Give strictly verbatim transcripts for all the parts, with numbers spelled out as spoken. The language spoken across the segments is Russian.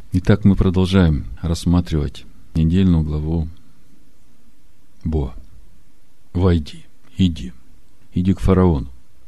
Итак, мы продолжаем рассматривать недельную главу Бо. Войди, иди, иди к фараону.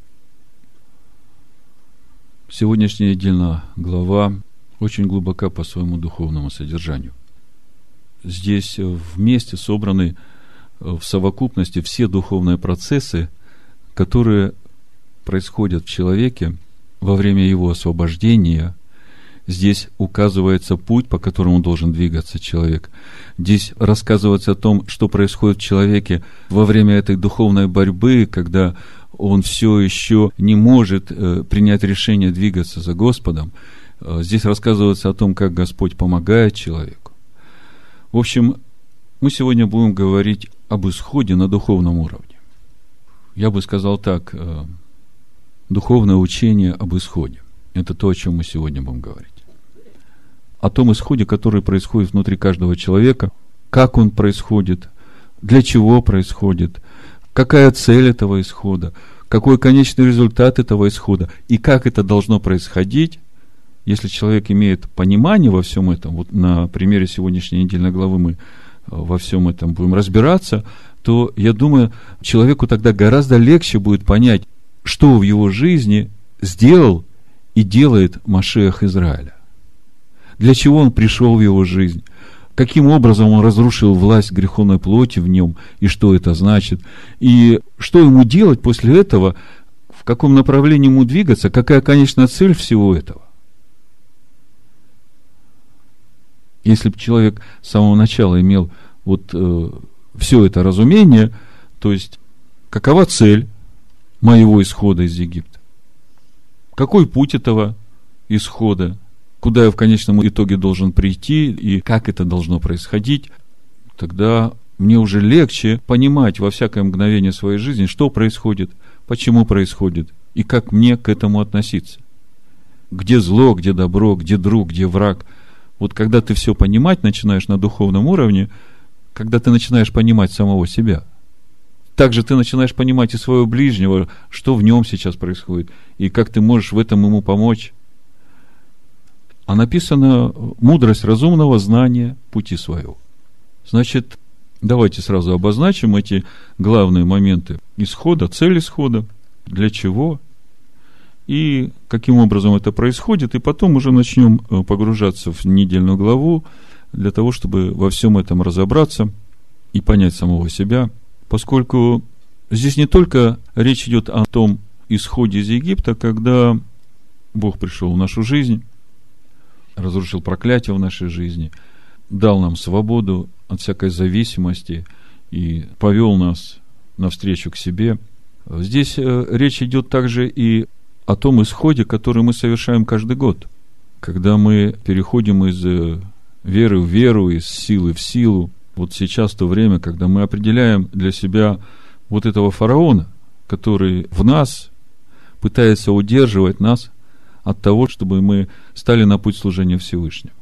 Сегодняшняя недельная глава очень глубока по своему духовному содержанию. Здесь вместе собраны в совокупности все духовные процессы, которые происходят в человеке во время его освобождения. Здесь указывается путь, по которому должен двигаться человек. Здесь рассказывается о том, что происходит в человеке во время этой духовной борьбы, когда он все еще не может э, принять решение двигаться за Господом. Э, здесь рассказывается о том, как Господь помогает человеку. В общем, мы сегодня будем говорить об исходе на духовном уровне. Я бы сказал так, э, духовное учение об исходе. Это то, о чем мы сегодня будем говорить. О том исходе, который происходит внутри каждого человека, как он происходит, для чего происходит, какая цель этого исхода, какой конечный результат этого исхода, и как это должно происходить, если человек имеет понимание во всем этом. Вот на примере сегодняшней недельной главы мы во всем этом будем разбираться, то, я думаю, человеку тогда гораздо легче будет понять, что в его жизни сделал и делает Машиах Израиля. Для чего он пришел в его жизнь, каким образом он разрушил власть греховной плоти в нем, и что это значит, и что ему делать после этого, в каком направлении ему двигаться, какая конечная цель всего этого. Если бы человек с самого начала имел вот э, все это разумение, то есть какова цель моего исхода из Египта, какой путь этого исхода, куда я в конечном итоге должен прийти и как это должно происходить, тогда мне уже легче понимать во всякое мгновение своей жизни, что происходит, почему происходит и как мне к этому относиться. Где зло, где добро, где друг, где враг. Вот когда ты все понимать начинаешь на духовном уровне, когда ты начинаешь понимать самого себя, также ты начинаешь понимать и своего ближнего, что в нем сейчас происходит, и как ты можешь в этом ему помочь. А написано мудрость разумного знания пути своего. Значит, давайте сразу обозначим эти главные моменты исхода, цель исхода, для чего и каким образом это происходит, и потом уже начнем погружаться в недельную главу для того, чтобы во всем этом разобраться и понять самого себя, поскольку здесь не только речь идет о том исходе из Египта, когда Бог пришел в нашу жизнь, разрушил проклятие в нашей жизни, дал нам свободу от всякой зависимости и повел нас навстречу к себе. Здесь речь идет также и о том исходе, который мы совершаем каждый год, когда мы переходим из веры в веру, из силы в силу. Вот сейчас то время, когда мы определяем для себя вот этого фараона, который в нас пытается удерживать нас от того, чтобы мы стали на путь служения Всевышнему.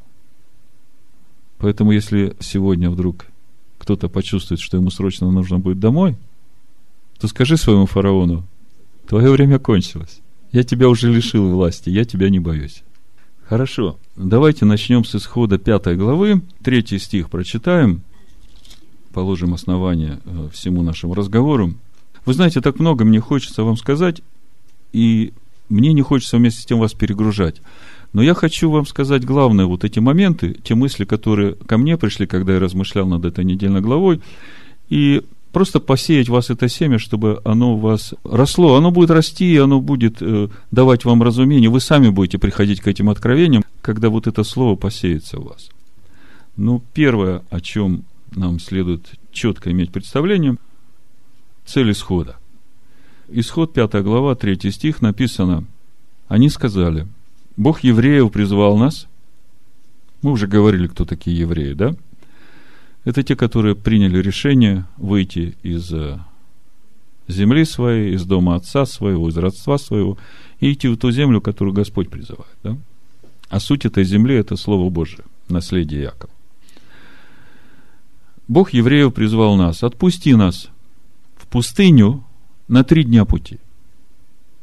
Поэтому, если сегодня вдруг кто-то почувствует, что ему срочно нужно будет домой, то скажи своему фараону: твое время кончилось. Я тебя уже лишил власти, я тебя не боюсь. Хорошо, давайте начнем с исхода пятой главы, третий стих прочитаем, положим основание всему нашему разговору. Вы знаете, так много мне хочется вам сказать, и мне не хочется вместе с тем вас перегружать. Но я хочу вам сказать главное, вот эти моменты, те мысли, которые ко мне пришли, когда я размышлял над этой недельной главой, и просто посеять в вас это семя, чтобы оно у вас росло. Оно будет расти, оно будет э, давать вам разумение. Вы сами будете приходить к этим откровениям, когда вот это слово посеется у вас. Ну, первое, о чем нам следует четко иметь представление, цель исхода. Исход, пятая глава, третий стих, написано: они сказали: Бог евреев призвал нас. Мы уже говорили, кто такие евреи, да? Это те, которые приняли решение выйти из земли своей, из дома отца своего, из родства своего, и идти в ту землю, которую Господь призывает, да? А суть этой земли – это Слово Божие, наследие Иакова. Бог евреев призвал нас: отпусти нас в пустыню на три дня пути.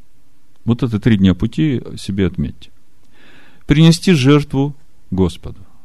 Вот это три дня пути себе отметьте. Принести жертву Господу.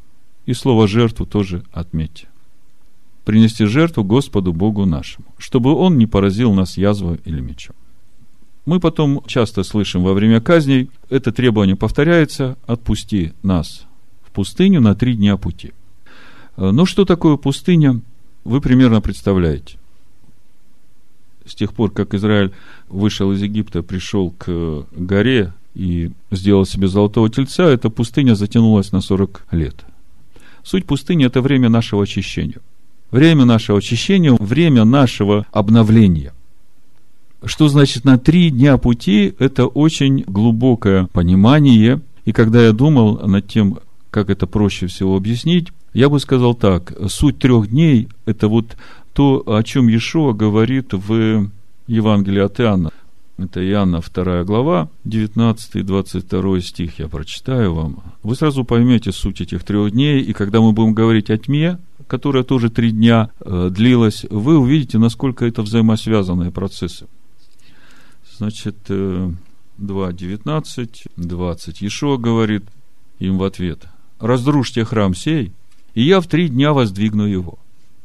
И слово «жертву» тоже отметьте. Принести жертву Господу Богу нашему, чтобы Он не поразил нас язвой или мечом. Мы потом часто слышим во время казней, это требование повторяется: отпусти нас в пустыню на три дня пути. Но что такое пустыня, вы примерно представляете. С тех пор, как Израиль вышел из Египта, пришел к горе и сделал себе золотого тельца, эта пустыня затянулась на сорок лет. Суть пустыни – это время нашего очищения. Время нашего очищения, время нашего обновления. Что значит на три дня пути? Это очень глубокое понимание. И когда я думал над тем, как это проще всего объяснить, я бы сказал так: суть трех дней – это вот то, о чем Иешуа говорит в Евангелии от Иоанна. Это Иоанна вторая глава, девятнадцатый двадцать второй стих я прочитаю вам. Вы сразу поймете суть этих трех дней, и когда мы будем говорить о тьме, которая тоже три дня э, длилась, вы увидите, насколько это взаимосвязанные процессы. Значит, э, два девятнадцать, двадцать. Иешуа говорит им в ответ: разрушьте храм сей, и я в три дня воздвигну его.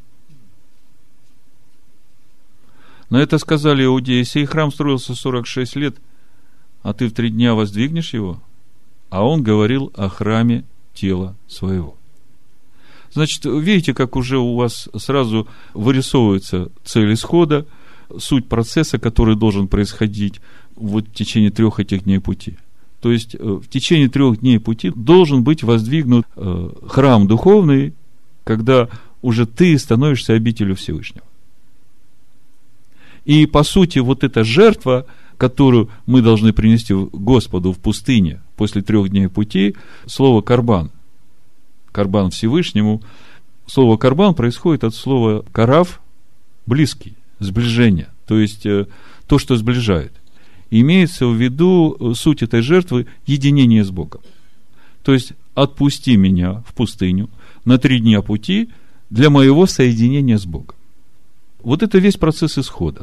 На это сказали иудеи: сей храм строился сорок шесть лет, а ты в три дня воздвигнешь его? А он говорил о храме тела своего. Значит, видите, как уже у вас сразу вырисовывается цель исхода, суть процесса, который должен происходить вот в течение трех этих дней пути. То есть, в течение трех дней пути должен быть воздвигнут э, храм духовный, когда уже ты становишься обителью Всевышнего. И, по сути, вот эта жертва, которую мы должны принести Господу в пустыне после трех дней пути, слово «карбан», «карбан Всевышнему», слово «карбан» происходит от слова «карав», близкий, сближение, то есть то, что сближает. Имеется в виду суть этой жертвы – единение с Богом. То есть, отпусти меня в пустыню на три дня пути для моего соединения с Богом. Вот это весь процесс исхода.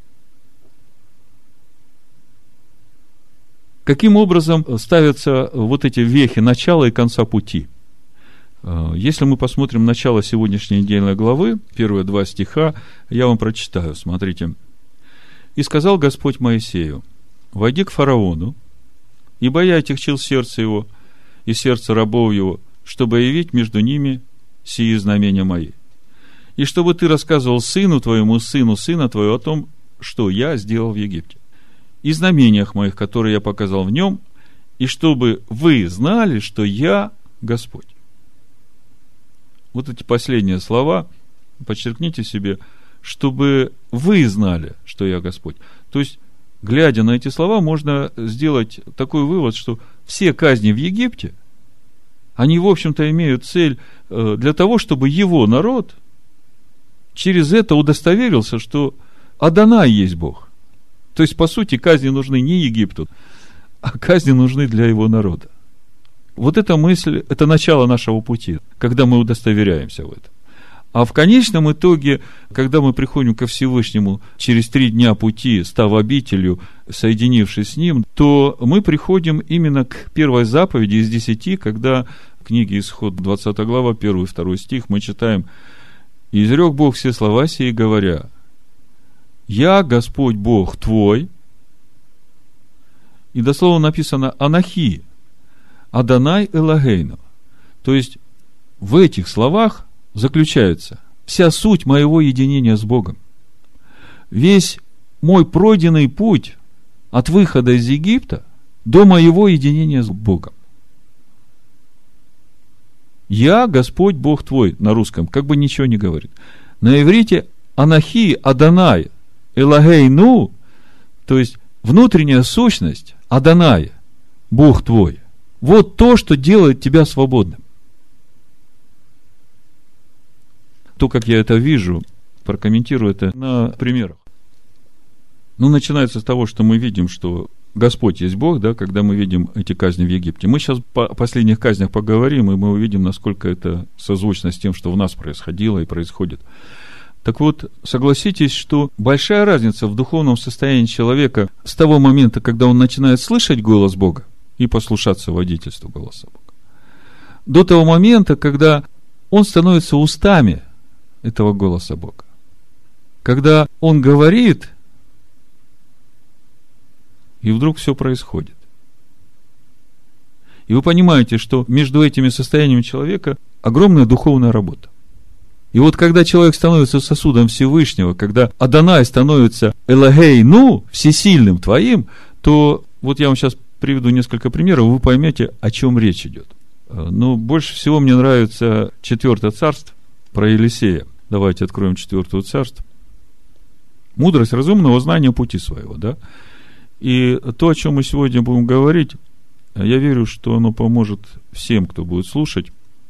Каким образом ставятся вот эти вехи начала и конца пути? Если мы посмотрим начало сегодняшней недельной главы, первые два стиха, я вам прочитаю, смотрите. «И сказал Господь Моисею: войди к фараону, ибо я отягчил сердце его и сердце рабов его, чтобы явить между ними сии знамения мои. И чтобы ты рассказывал сыну твоему, сыну сына твоего о том, что я сделал в Египте, и знамениях моих, которые я показал в нем, и чтобы вы знали, что я Господь». Вот эти последние слова, подчеркните себе, чтобы вы знали, что я Господь. То есть, глядя на эти слова, можно сделать такой вывод, что все казни в Египте, они, в общем-то, имеют цель для того, чтобы его народ через это удостоверился, что Адонай есть Бог. То есть, по сути, казни нужны не Египту, а казни нужны для его народа. Вот эта мысль, это начало нашего пути, когда мы удостоверяемся в этом. А в конечном итоге, когда мы приходим ко Всевышнему через три дня пути, став обителью, соединившись с Ним, то мы приходим именно к первой заповеди из десяти, когда в книге Исход, двадцатая глава, первый и второй стих, мы читаем: «И изрек Бог все слова сии, говоря: я Господь Бог твой». И дословно написано «Анахи, Адонай Элогейну». То есть, в этих словах заключается вся суть моего единения с Богом. Весь мой пройденный путь от выхода из Египта до моего единения с Богом. Я Господь Бог твой, на русском, как бы ничего не говорит. На иврите Анахи, Адонай, Элогейну, то есть внутренняя сущность Адонай, Бог твой. Вот то, что делает тебя свободным. То, как я это вижу, прокомментирую это на примерах. Ну, начинается с того, что мы видим, что Господь есть Бог, да, когда мы видим эти казни в Египте. Мы сейчас по последних казнях поговорим, и мы увидим, насколько это созвучно с тем, что в нас происходило и происходит. Так вот, согласитесь, что большая разница в духовном состоянии человека с того момента, когда он начинает слышать голос Бога и послушаться водительству голоса Бога, до того момента, когда он становится устами этого голоса Бога. Когда он говорит, и вдруг все происходит. И вы понимаете, что между этими состояниями человека огромная духовная работа. И вот когда человек становится сосудом Всевышнего, когда Адонай становится Элогей, ну, всесильным твоим, то вот я вам сейчас приведу несколько примеров, вы поймете, о чем речь идет. Но больше всего мне нравится четвертое царство про Елисея. Давайте откроем четвертое царство. Мудрость разумного знания пути своего, да? И то, о чем мы сегодня будем говорить, я верю, что оно поможет всем, кто будет слушать,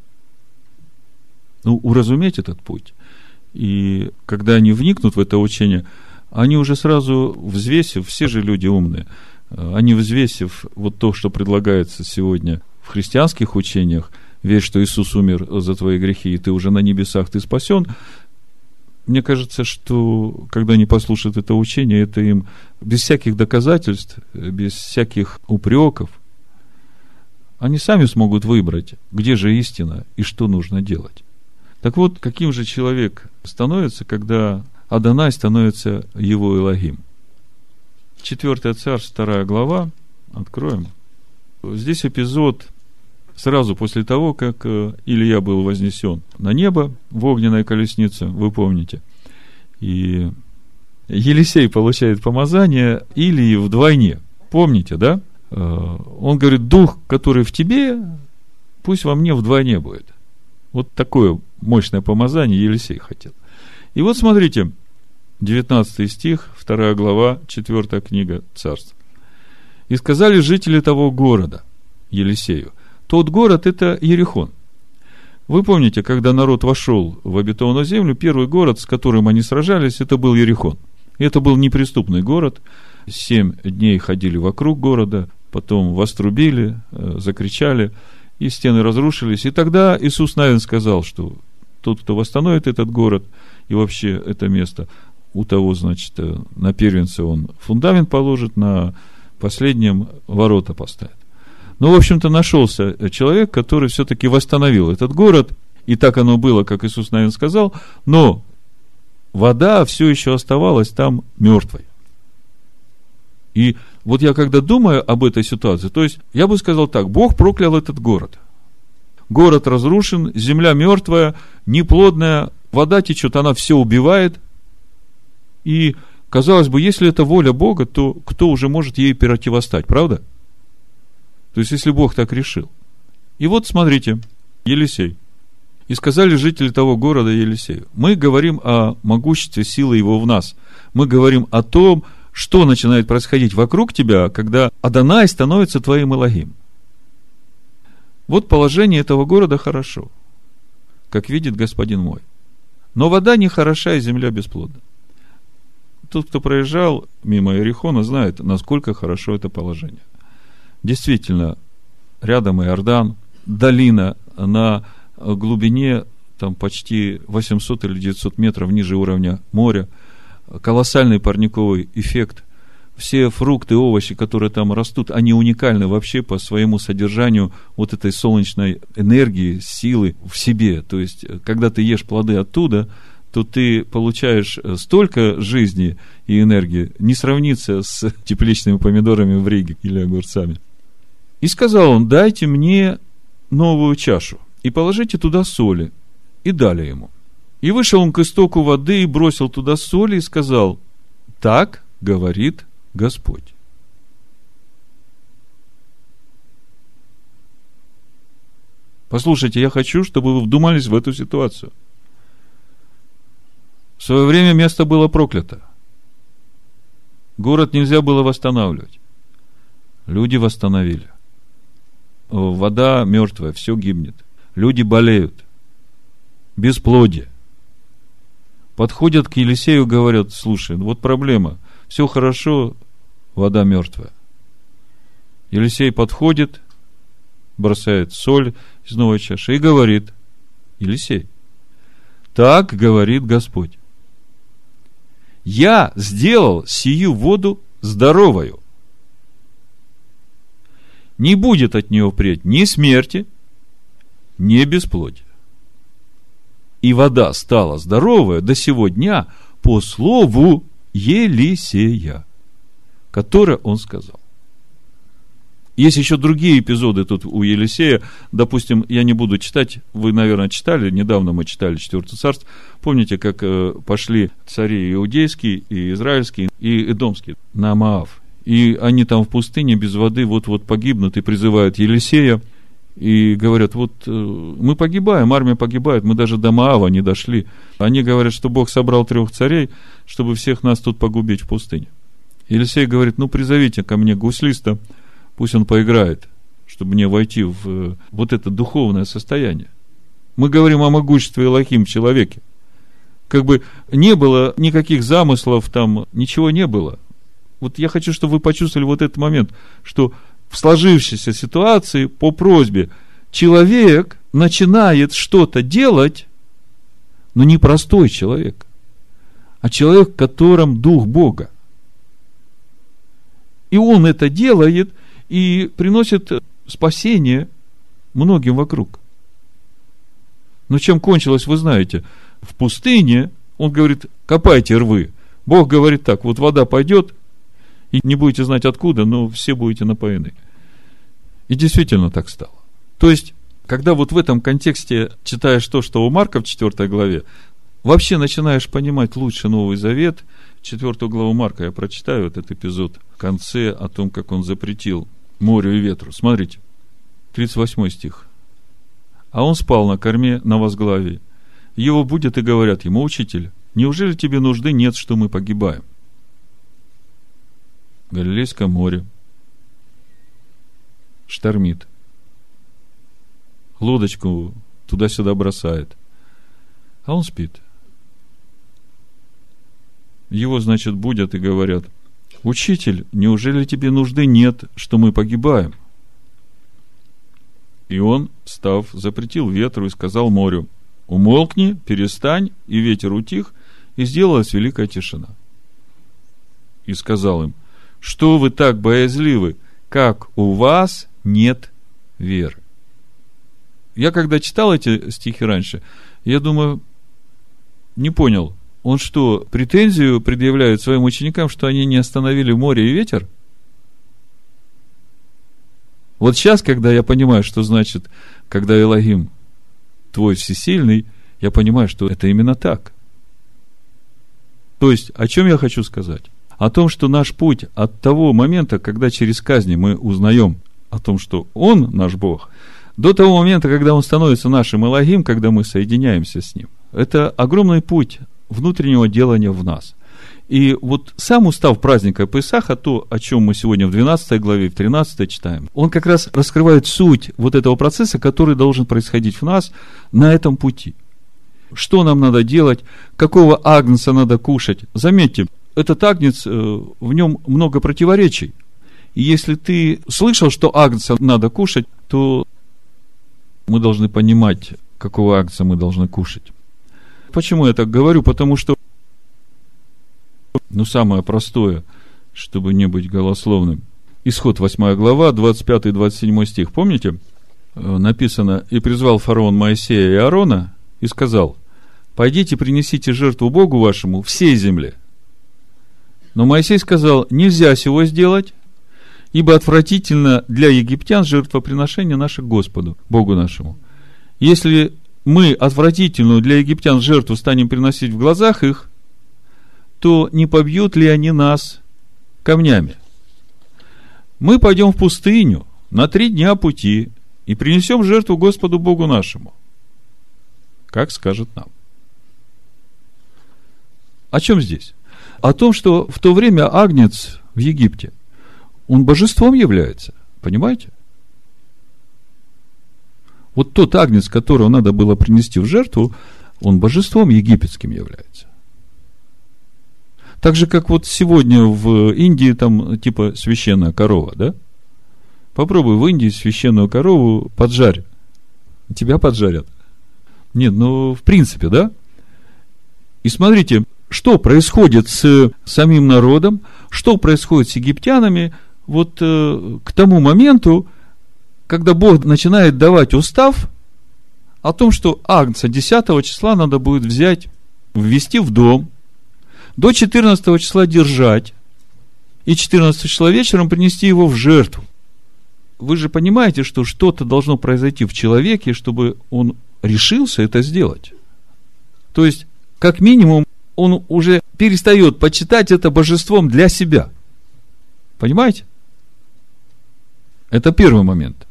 ну, уразуметь этот путь. И когда они вникнут в это учение, они уже сразу взвесив, все же люди умные, они взвесив вот то, что предлагается сегодня в христианских учениях, верь, что Иисус умер за твои грехи, и ты уже на небесах, ты спасен. Мне кажется, что когда они послушают это учение, это им без всяких доказательств, без всяких упреков, они сами смогут выбрать, где же истина и что нужно делать. Так вот, каким же человек становится, когда Адонай становится его Элогим? Четвертое царство, вторая глава, откроем. Здесь эпизод сразу после того, как Илия был вознесен на небо в огненной колеснице, вы помните. И Елисей получает помазание Илии вдвойне. Помните, да? Он говорит, дух, который в тебе, пусть во мне вдвойне будет. Вот такое мощное помазание Елисей хотел. И вот смотрите, девятнадцатый стих, вторая глава, четвертая книга Царств. «И сказали жители того города Елисею». Тот город – это Иерихон. Вы помните, когда народ вошел в обетованную землю, первый город, с которым они сражались, это был Иерихон. И это был неприступный город. Семь дней ходили вокруг города, потом вострубили, закричали, и стены разрушились. И тогда Иисус Навин сказал, что тот, кто восстановит этот город и вообще это место, у того, значит, на первенце он фундамент положит, на последнем ворота поставит. Ну, в общем-то, нашелся человек, который все-таки восстановил этот город, и так оно было, как Иисус Навин сказал, но вода все еще оставалась там мертвой. И вот я когда думаю об этой ситуации, то есть я бы сказал так, Бог проклял этот город. Город разрушен, земля мертвая, неплодная, вода течет, она все убивает. И, казалось бы, если это воля Бога, то кто уже может ей противостать, правда? То есть, если Бог так решил. И вот, смотрите, Елисей. «И сказали жители того города Елисею». Мы говорим о могуществе силы его в нас. Мы говорим о том, что начинает происходить вокруг тебя, когда Адонай становится твоим Элогим. Вот положение этого города хорошо, как видит Господин мой. Но вода не хороша, и земля бесплодна. Тот, кто проезжал мимо Иерихона, знает, насколько хорошо это положение. Действительно, рядом Иордан, долина на глубине там, почти восемьсот или девятьсот метров ниже уровня моря, колоссальный парниковый эффект. Все фрукты, овощи, которые там растут, они уникальны вообще по своему содержанию вот этой солнечной энергии, силы в себе. То есть, когда ты ешь плоды оттуда, то ты получаешь столько жизни и энергии, не сравнится с тепличными помидорами в Риге или огурцами. И сказал он, дайте мне новую чашу и положите туда соли. И дали ему. И вышел он к истоку воды и бросил туда соли и сказал, так говорит Господь. Послушайте, я хочу, чтобы вы вдумались в эту ситуацию. В свое время место было проклято. Город нельзя было восстанавливать. Люди восстановили. Вода мертвая, все гибнет. Люди болеют. Бесплодие. Подходят к Елисею, говорят, слушай, вот проблема. Все хорошо, вода мертвая. Елисей подходит, бросает соль из новой чаши и говорит, Елисей, так говорит Господь. Я сделал сию воду здоровою. Не будет от нее впредь ни смерти, не бесплодие. И вода стала здоровая до сего дня по слову Елисея, которое он сказал. Есть еще другие эпизоды тут у Елисея. Допустим, я не буду читать, вы, наверное, читали, недавно мы читали Четвертое царство. Помните, как э, пошли цари иудейские, и израильские, и эдомские на Моав. И они там в пустыне без воды вот-вот погибнут, и призывают Елисея, и говорят, вот э, мы погибаем, армия погибает, мы даже до Моава не дошли. Они говорят, что Бог собрал трех царей, чтобы всех нас тут погубить в пустыне. Елисей говорит, ну, призовите ко мне гуслиста, пусть он поиграет, чтобы мне войти в вот это духовное состояние. Мы говорим о могуществе Элохим в человеке. Как бы не было никаких замыслов, там ничего не было. Вот я хочу, чтобы вы почувствовали вот этот момент, что в сложившейся ситуации по просьбе человек начинает что-то делать, но не простой человек, а человек, в котором Дух Бога. И он это делает и приносит спасение многим вокруг. Но чем кончилось, вы знаете. В пустыне он говорит, копайте рвы. Бог говорит так, вот вода пойдет, и не будете знать откуда, но все будете напоены. И действительно так стало. То есть, когда вот в этом контексте читаешь то, что у Марка в четвёртой главе, вообще начинаешь понимать лучше Новый Завет. Четвертую главу Марка я прочитаю, этот эпизод в конце о том, как он запретил морю и ветру. Смотрите, тридцать восьмой стих. А он спал на корме на возглавии. Его будут и говорят ему, учитель, неужели тебе нужды нет, что мы погибаем? Галилейское море. Штормит. Лодочку туда-сюда бросает. А он спит. Его, значит, будят и говорят, учитель, неужели тебе нужды нет, что мы погибаем? И он, встав, запретил ветру и сказал морю, умолкни, перестань, и ветер утих, и сделалась великая тишина. И сказал им, что вы так боязливы, как у вас нет веры. Я когда читал эти стихи раньше, я думаю, не понял, он что, претензию предъявляет своим ученикам, что они не остановили море и ветер? Вот сейчас, когда я понимаю, что значит, когда Элохим твой всесильный, я понимаю, что это именно так. То есть, о чем я хочу сказать? О том, что наш путь от того момента, когда через казни мы узнаем о том, что Он наш Бог, до того момента, когда Он становится нашим Элохим, когда мы соединяемся с Ним, это огромный путь внутреннего делания в нас. И вот сам устав праздника Песаха, то, о чем мы сегодня в двенадцатой главе, в тринадцатой читаем, он как раз раскрывает суть вот этого процесса, который должен происходить в нас на этом пути. Что нам надо делать, какого агнца надо кушать. Заметьте, этот агнец, в нем много противоречий. И если ты слышал, что агнца надо кушать, то мы должны понимать, какого агнца мы должны кушать. Почему я так говорю? Потому что, ну, самое простое, чтобы не быть голословным. Исход восьмая глава, двадцать пятый двадцать седьмой стих. Помните? Написано, и призвал фараон Моисея и Аарона, и сказал, пойдите, принесите жертву Богу вашему всей земле. Но Моисей сказал, нельзя сего сделать, ибо отвратительно для египтян жертвоприношение наше Господу, Богу нашему. Если мы отвратительную для египтян жертву станем приносить в глазах их, то не побьют ли они нас камнями? Мы пойдем в пустыню на три дня пути и принесем жертву Господу Богу нашему, как скажет нам. О чем здесь? О том, что в то время агнец в Египте, он божеством является, понимаете? Вот тот агнец, которого надо было принести в жертву, он божеством египетским является. Так же, как вот сегодня в Индии там типа священная корова, да? Попробуй в Индии священную корову поджарь. Тебя поджарят. Нет, ну, в принципе, да? И смотрите, что происходит с самим народом, что происходит с египтянами вот э, к тому моменту, когда Бог начинает давать устав о том, что агнца десятого числа надо будет взять, ввести в дом, до четырнадцатого числа держать, и четырнадцатого числа вечером принести его в жертву. Вы же понимаете, что что-то должно произойти в человеке, чтобы он решился это сделать. То есть, как минимум, он уже перестает почитать это божеством для себя. Понимаете? Это первый момент.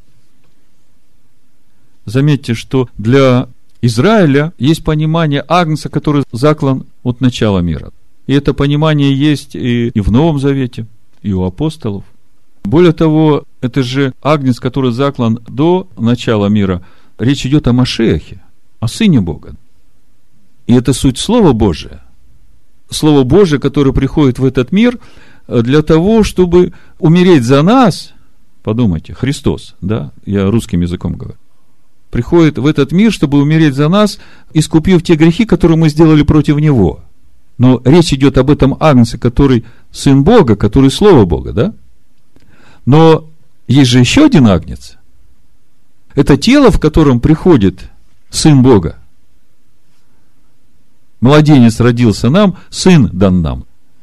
Заметьте, что для Израиля есть понимание агнца, который заклан от начала мира. И это понимание есть и, и в Новом Завете, и у апостолов. Более того, это же агнец, который заклан до начала мира. Речь идет о Машиахе, о Сыне Бога. И это суть Слова Божия. Слово Божие, которое приходит в этот мир для того, чтобы умереть за нас. Подумайте, Христос, да, я русским языком говорю, приходит в этот мир, чтобы умереть за нас, искупив те грехи, которые мы сделали против Него. Но речь идет об этом агнце, который Сын Бога, который Слово Бога, да? Но есть же еще один агнец. Это тело, в котором приходит Сын Бога. Младенец родился нам, сын дан нам.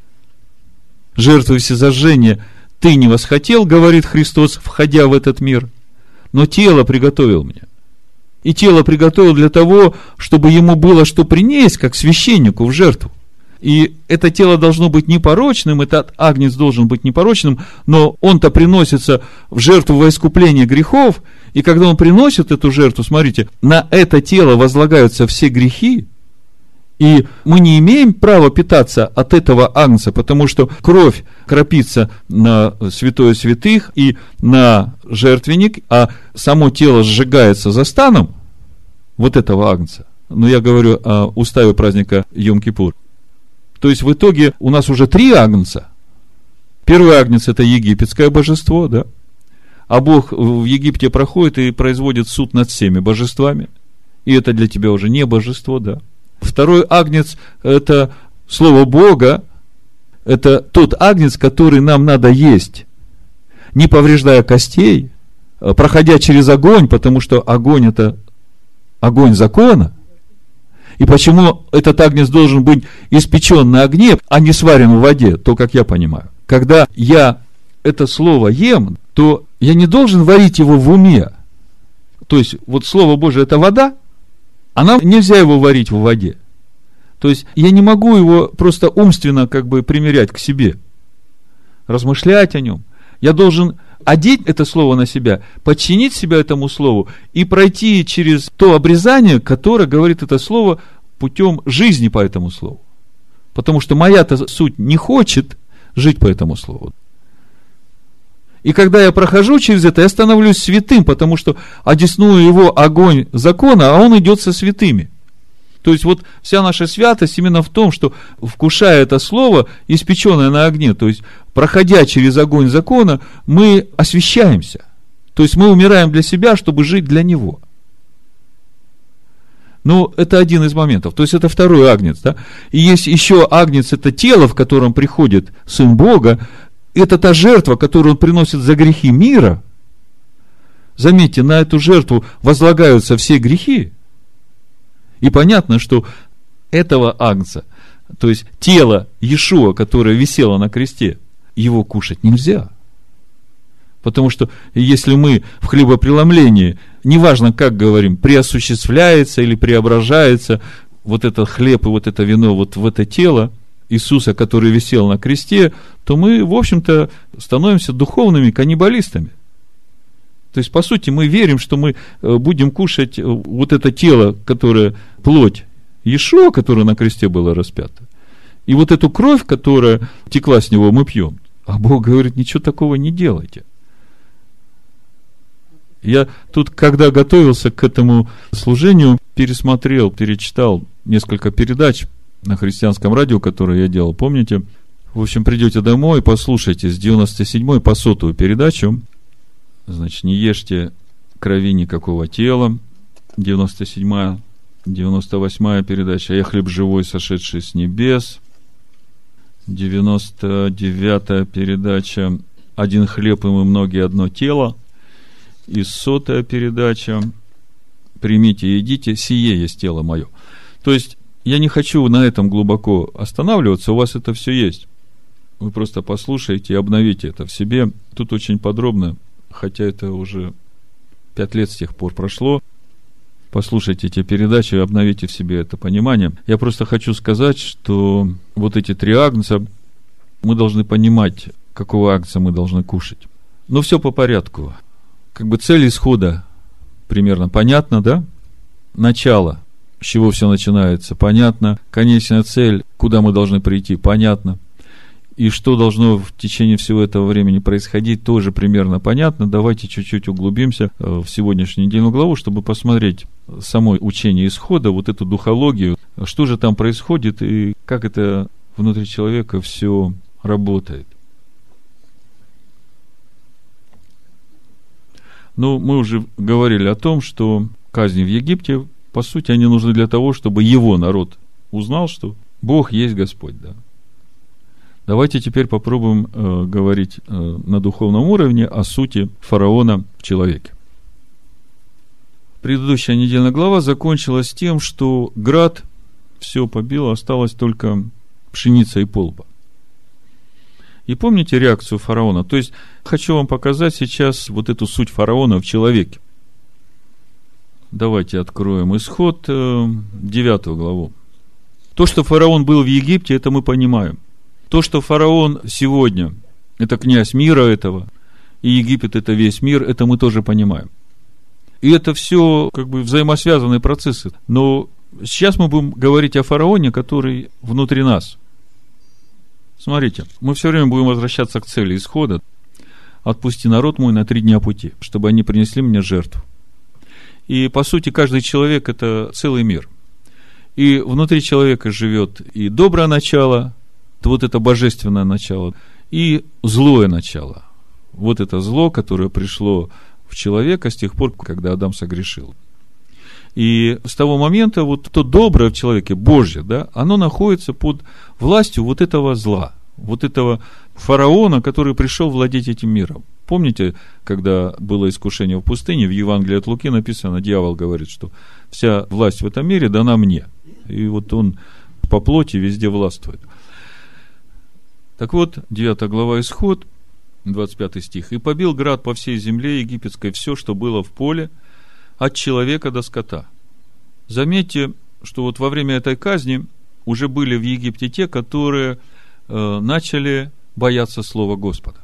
Жертвы всесожжения ты не восхотел, говорит Христос, входя в этот мир, но тело приготовил мне. И тело приготовил для того, чтобы ему было что принести, как священнику в жертву. И это тело должно быть непорочным, этот агнец должен быть непорочным, но он-то приносится в жертву во искупление грехов, и когда он приносит эту жертву, смотрите, на это тело возлагаются все грехи, и мы не имеем права питаться от этого агнца, потому что кровь кропится на святое святых и на жертвенник, а само тело сжигается за станом вот этого агнца. Но я говорю о уставе праздника Йом-Кипур. То есть в итоге у нас уже три агнца. Первый агнец — это египетское божество, да? А Бог в Египте проходит и производит суд над всеми божествами. И это для тебя уже не божество, да? Второй агнец – это Слово Бога, это тот агнец, который нам надо есть, не повреждая костей, проходя через огонь, потому что огонь – это огонь закона. И почему этот агнец должен быть испечен на огне, а не сварен в воде, то, как я понимаю. Когда я это слово ем, то я не должен варить его в уме. То есть, вот Слово Божие – это вода, а нам нельзя его варить в воде. То есть, я не могу его просто умственно как бы примерять к себе, размышлять о нем. Я должен одеть это слово на себя, подчинить себя этому слову и пройти через то обрезание, которое говорит это слово путем жизни по этому слову. Потому что моя-то суть не хочет жить по этому слову. И когда я прохожу через это, я становлюсь святым, потому что одесную его огонь закона, а он идет со святыми. То есть, вот вся наша святость именно в том, что, вкушая это слово, испеченное на огне, то есть, проходя через огонь закона, мы освящаемся. То есть, мы умираем для себя, чтобы жить для него. Ну, это один из моментов. То есть, это второй агнец, да? И есть еще агнец, это тело, в котором приходит Сын Бога. Это та жертва, которую он приносит за грехи мира. Заметьте, на эту жертву возлагаются все грехи. И понятно, что этого агнца, то есть тело Иешуа, которое висело на кресте, его кушать нельзя. Потому что если мы в хлебопреломлении, неважно как говорим, преосуществляется или преображается вот этот хлеб и вот это вино вот в это тело Иисуса, который висел на кресте, то мы, в общем-то, становимся духовными каннибалистами. То есть, по сути, мы верим, что мы будем кушать вот это тело, которое плоть Иешуа, которое на кресте было распято, и вот эту кровь, которая текла с него, мы пьем. А Бог говорит, ничего такого не делайте. Я тут, когда готовился к этому служению, пересмотрел, перечитал несколько передач на христианском радио, которые я делал, помните? В общем, придете домой, послушайте с девяносто седьмой по сотую передачу. Значит, не ешьте крови никакого тела. девяносто седьмая, девяносто восьмая передача. Я хлеб живой, сошедший с небес. девяносто девятая передача. Один хлеб, и мы многие одно тело. И сотая передача примите и едите, сие есть тело мое. То есть, я не хочу на этом глубоко останавливаться, у вас это все есть. Вы просто послушайте и обновите это в себе. Тут очень подробно, хотя это уже пять лет с тех пор прошло. Послушайте эти передачи и обновите в себе это понимание. Я просто хочу сказать, что вот эти три агнца, мы должны понимать, какого агнца мы должны кушать. Но все по порядку. Как бы цель исхода примерно понятна, да? Начало, с чего все начинается, понятно. Конечная цель, куда мы должны прийти, понятно. И что должно в течение всего этого времени происходить, тоже примерно понятно. Давайте чуть-чуть углубимся в сегодняшнюю недельную главу, чтобы посмотреть само учение исхода, вот эту духологию, что же там происходит и как это внутри человека все работает. Ну, мы уже говорили о том, что казни в Египте, по сути, они нужны для того, чтобы его народ узнал, что Бог есть Господь, да. Давайте теперь попробуем э, говорить э, на духовном уровне о сути фараона в человеке. Предыдущая недельная глава закончилась тем, что град все побил, осталось только пшеница и полба. И помните реакцию фараона? То есть, хочу вам показать сейчас вот эту суть фараона в человеке. Давайте откроем Исход, э, девятую главу. То, что фараон был в Египте, это мы понимаем. То, что фараон сегодня, это князь мира этого, и Египет это весь мир, это мы тоже понимаем. И это все как бы взаимосвязанные процессы. Но сейчас мы будем говорить о фараоне, который внутри нас. Смотрите, мы все время будем возвращаться к цели исхода. «Отпусти народ мой на три дня пути, чтобы они принесли мне жертву». И, по сути, каждый человек – это целый мир. И внутри человека живет и доброе начало, вот это божественное начало, и злое начало. Вот это зло, которое пришло в человека с тех пор, когда Адам согрешил. И с того момента вот то доброе в человеке, Божье, да, оно находится под властью вот этого зла, вот этого фараона, который пришел владеть этим миром. Помните, когда было искушение в пустыне, в Евангелии от Луки написано, дьявол говорит, что вся власть в этом мире дана мне. И вот он по плоти везде властвует. Так вот, девятая глава Исход, двадцать пятый стих. «И побил град по всей земле египетской все, что было в поле, от человека до скота». Заметьте, что вот во время этой казни уже были в Египте те, которые э, начали бояться слова Господа.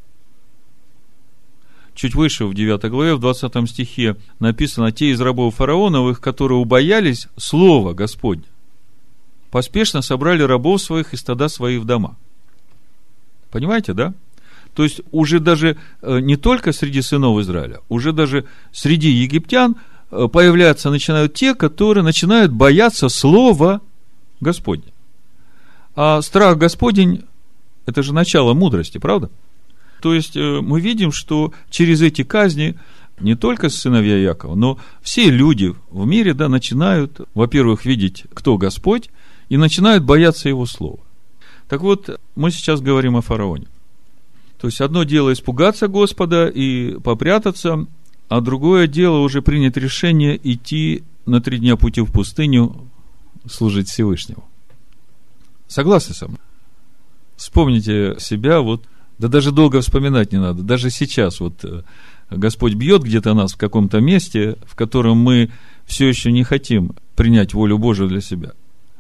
Чуть выше, в девятой главе, в двадцатом стихе написано: «Те из рабов фараоновых, которые убоялись слова Господня, поспешно собрали рабов своих и стада свои в дома». Понимаете, да? То есть, уже даже не только среди сынов Израиля, уже даже среди египтян появляются, начинают те, которые начинают бояться слова Господня. А страх Господень – это же начало мудрости, правда? То есть, мы видим, что через эти казни не только сыновья Якова, но все люди в мире, да, начинают, во-первых, видеть, кто Господь, и начинают бояться Его слова. Так вот, мы сейчас говорим о фараоне. То есть, одно дело испугаться Господа и попрятаться, а другое дело уже принять решение идти на три дня пути в пустыню служить Всевышнему. Согласны со мной? Вспомните себя, вот, да даже долго вспоминать не надо, даже сейчас вот Господь бьет где-то нас в каком-то месте, в котором мы все еще не хотим принять волю Божию для себя.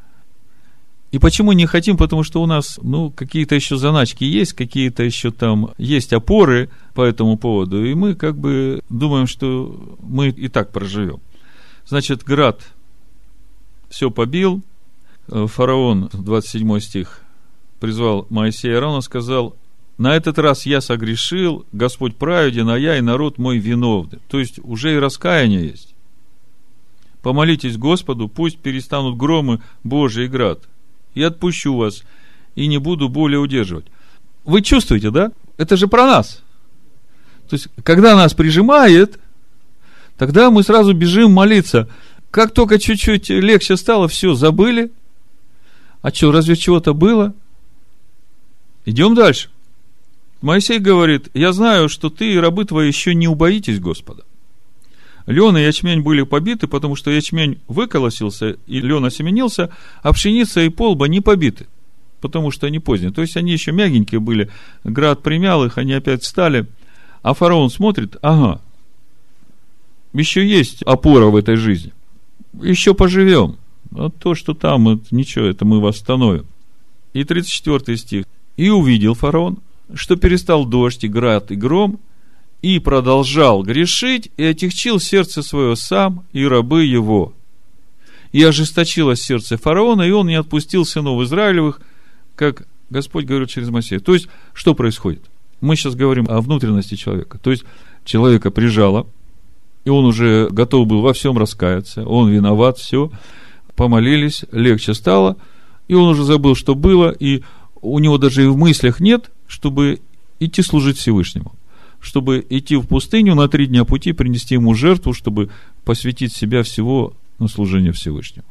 И почему не хотим? Потому что у нас, ну, какие-то еще заначки есть, какие-то еще там есть опоры по этому поводу, и мы как бы думаем, что мы и так проживем. Значит, град все побил, фараон, двадцать седьмой стих, призвал Моисея и Аарона, сказал: «На этот раз я согрешил, Господь праведен, а я и народ мой виновны». То есть, уже и раскаяние есть. «Помолитесь Господу, пусть перестанут громы Божий и град. И отпущу вас, и не буду более удерживать». Вы чувствуете, да? Это же про нас. То есть, когда нас прижимает, тогда мы сразу бежим молиться. Как только чуть-чуть легче стало, все, забыли. А что, разве чего-то было? Идем дальше. Моисей говорит: «Я знаю, что ты и рабы твои еще не убоитесь Господа. Лен и ячмень были побиты, потому что ячмень выколосился, и лен осеменился, а пшеница и полба не побиты, потому что они поздние. То есть они еще мягенькие были, град примял их, они опять встали. А фараон смотрит, ага, еще есть опора в этой жизни, еще поживем. Вот то, что там, это, ничего, это мы восстановим. И тридцать четвёртый стих. И увидел фараон, что перестал дождь и град и гром, и продолжал грешить, и отягчил сердце свое сам и рабы его. И ожесточилось сердце фараона, и он не отпустил сынов Израилевых, как Господь говорит через Моисея. То есть, что происходит? Мы сейчас говорим о внутренности человека. То есть, человека прижало, и он уже готов был во всем раскаяться, он виноват, все, помолились, легче стало, и он уже забыл, что было, и у него даже и в мыслях нет, чтобы идти служить Всевышнему, чтобы идти в пустыню на три дня пути, принести ему жертву, чтобы посвятить себя всего на служение Всевышнему.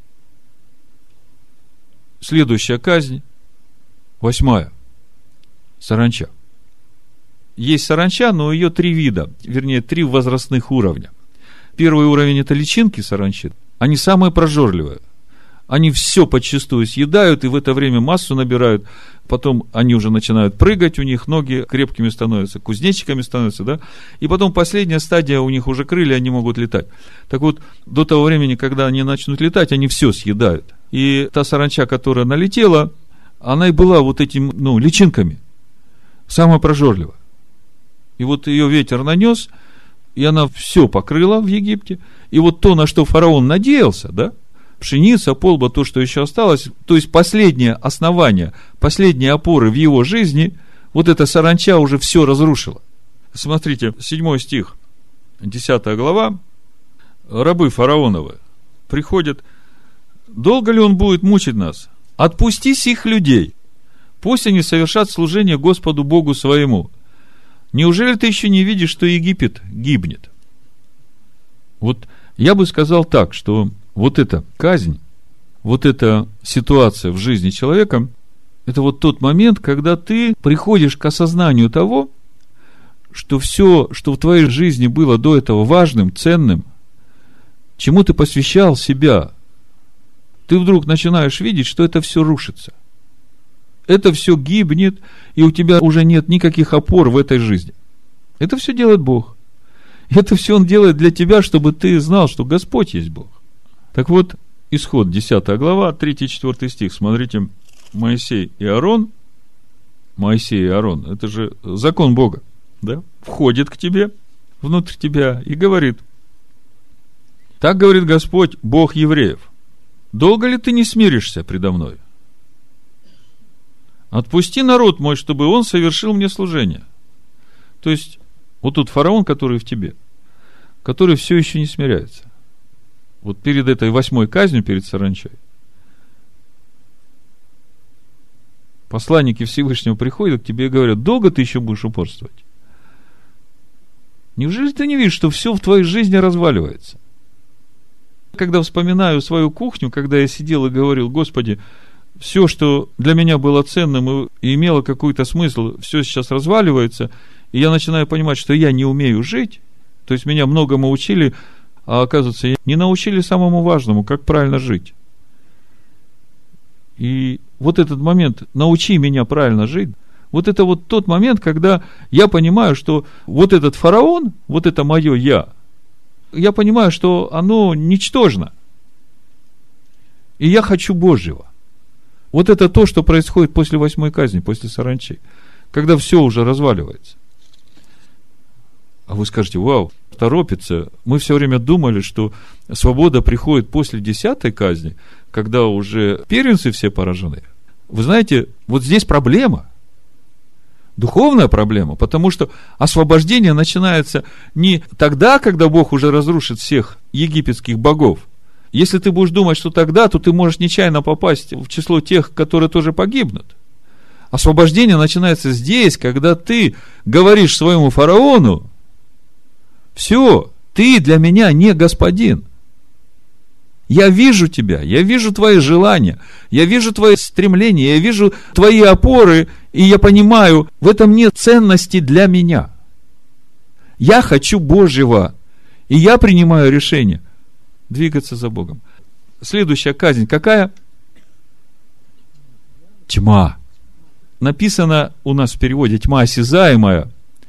Следующая казнь, восьмая, саранча. Есть саранча, но ее три вида, вернее, три возрастных уровня. Первый уровень – это личинки саранчи. Они самые прожорливые. Они все подчистую съедают, и в это время массу набирают. Потом они уже начинают прыгать, у них ноги крепкими становятся, кузнечиками становятся, да? И потом последняя стадия, у них уже крылья, они могут летать. Так вот, до того времени, когда они начнут летать, они все съедают. И та саранча, которая налетела, она и была вот этими, ну, личинками. Самая прожорливая. И вот ее ветер нанес, и она все покрыла в Египте. И вот то, на что фараон надеялся, да, пшеница, полба, то, что еще осталось, то есть последнее основание, последние опоры в его жизни, вот эта саранча уже все разрушила. Смотрите, седьмой стих, десятая глава. Рабы фараоновы приходят. Долго ли он будет мучить нас? Отпусти сих людей, пусть они совершат служение Господу Богу своему. Неужели ты еще не видишь, что Египет гибнет? Вот я бы сказал так, что вот эта казнь, вот эта ситуация в жизни человека, это вот тот момент, когда ты приходишь к осознанию того, что все, что в твоей жизни было до этого важным, ценным, чему ты посвящал себя, ты вдруг начинаешь видеть, что это все рушится. Это все гибнет, и у тебя уже нет никаких опор в этой жизни. Это все делает Бог. Это все Он делает для тебя, чтобы ты знал, что Господь есть Бог. Так вот, Исход, десятая глава, третий-четвёртый стих. Смотрите, Моисей и Аарон, Моисей и Аарон, это же закон Бога, да? Входит к тебе, внутрь тебя, и говорит: так говорит Господь, Бог евреев, долго ли ты не смиришься предо мной? Отпусти народ мой, чтобы он совершил мне служение. То есть, вот тут фараон, который в тебе, который все еще не смиряется. Вот перед этой восьмой казнью, перед саранчой, посланники Всевышнего приходят к тебе и говорят: долго ты еще будешь упорствовать? Неужели ты не видишь, что все в твоей жизни разваливается? Когда вспоминаю свою кухню, когда я сидел и говорил: Господи, все, что для меня было ценным и имело какой-то смысл, все сейчас разваливается, и я начинаю понимать, что я не умею жить, то есть меня многому учили, а оказывается, не научили самому важному, как правильно жить. И вот этот момент, научи меня правильно жить, вот это вот тот момент, когда я понимаю, что вот этот фараон, вот это мое я, я понимаю, что оно ничтожно. И я хочу Божьего. Вот это то, что происходит после восьмой казни, после саранчи, когда все уже разваливается. А вы скажете: вау, торопится. Мы все время думали, что свобода приходит после десятой казни, когда уже первенцы все поражены. Вы знаете, вот здесь проблема. Духовная проблема, потому что освобождение начинается не тогда, когда Бог уже разрушит всех египетских богов. Если ты будешь думать, что тогда, то ты можешь нечаянно попасть в число тех, которые тоже погибнут. Освобождение начинается здесь, когда ты говоришь своему фараону: все, ты для меня не господин. Я вижу тебя, я вижу твои желания, я вижу твои стремления, я вижу твои опоры, и я понимаю, в этом нет ценности для меня. Я хочу Божьего, И я принимаю решение двигаться за Богом. Следующая казнь какая? Тьма. Написано у нас в переводе тьма осязаемая.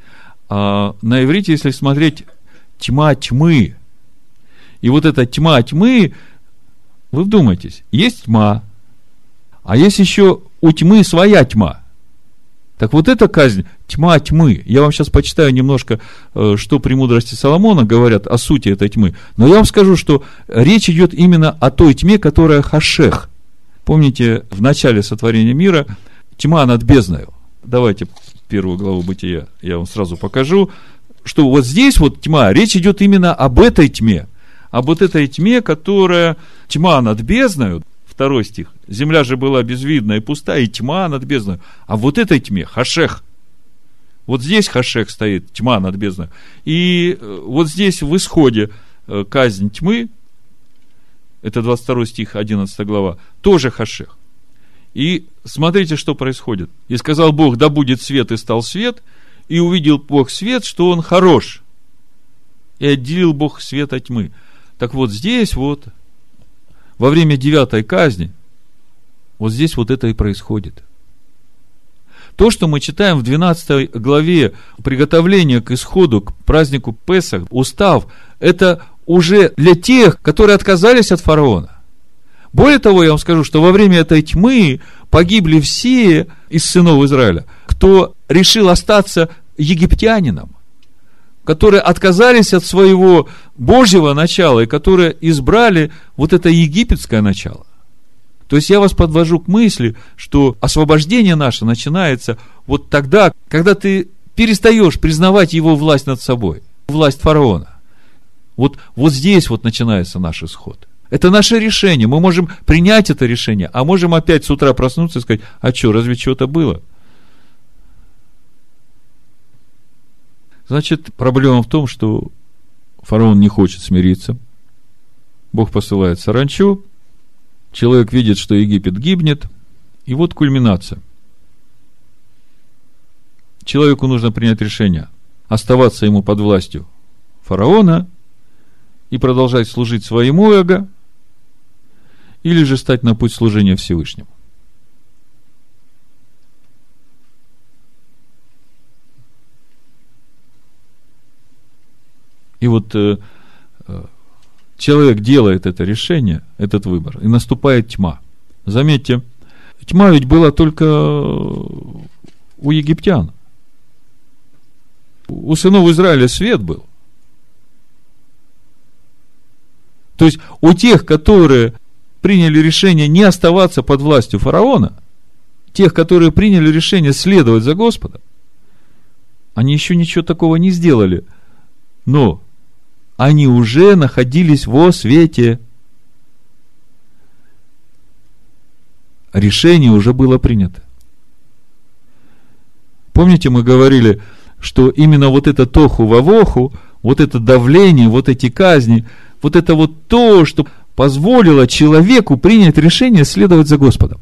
А на иврите, если смотреть, тьма тьмы. И вот эта тьма тьмы, вы вдумайтесь, есть тьма, а есть еще у тьмы своя тьма. Так вот эта казнь, тьма тьмы. Я вам сейчас почитаю немножко, что премудрости Соломона говорят о сути этой тьмы. Но я вам скажу, что речь идет именно о той тьме, которая хашех. Помните, в начале сотворения мира тьма над бездною. Давайте первую главу Бытия я вам сразу покажу, что вот здесь вот тьма, речь идет именно об этой тьме. Об вот этой тьме, которая тьма над бездною. Второй стих. Земля же была безвидна и пуста, и тьма над бездной. А вот этой тьме, хашех. Вот здесь хашех стоит, тьма над бездной. И вот здесь в исходе казнь тьмы, это двадцать второй стих, одиннадцатая глава, тоже хашех. И смотрите, что происходит. И сказал Бог, да будет свет, и стал свет, и увидел Бог свет, что он хорош. И отделил Бог свет от тьмы. Так вот здесь вот, во время девятой казни, вот здесь вот это и происходит. То, что мы читаем в двенадцатой главе приготовления к исходу, к празднику Песах, устав, это уже для тех, которые отказались от фараона. Более того, я вам скажу, что во время этой тьмы погибли все из сынов Израиля, кто решил остаться египтянином, которые отказались от своего Божьего начала и которые избрали вот это египетское начало. То есть я вас подвожу к мысли, что освобождение наше начинается вот тогда, когда ты перестаешь признавать его власть над собой, власть фараона. Вот, вот здесь вот начинается наш исход. Это наше решение. Мы можем принять это решение, а можем опять с утра проснуться и сказать, а что, разве что-то было? Значит, проблема в том, что фараон не хочет смириться. Бог посылает саранчу. Человек видит, что Египет гибнет. И вот кульминация. Человеку нужно принять решение оставаться ему под властью фараона и продолжать служить своему эго, или же стать на путь служения Всевышнему. И вот э, человек делает это решение, этот выбор, и наступает тьма. Заметьте, тьма ведь была только у египтян. У сынов Израиля свет был. То есть у тех, которые приняли решение не оставаться под властью фараона, тех, которые приняли решение следовать за Господом, они еще ничего такого не сделали, но они уже находились во свете. Решение уже было принято. Помните, мы говорили, что именно вот это тоху-вавоху, вот это давление, вот эти казни, вот это вот то, что позволило человеку принять решение следовать за Господом.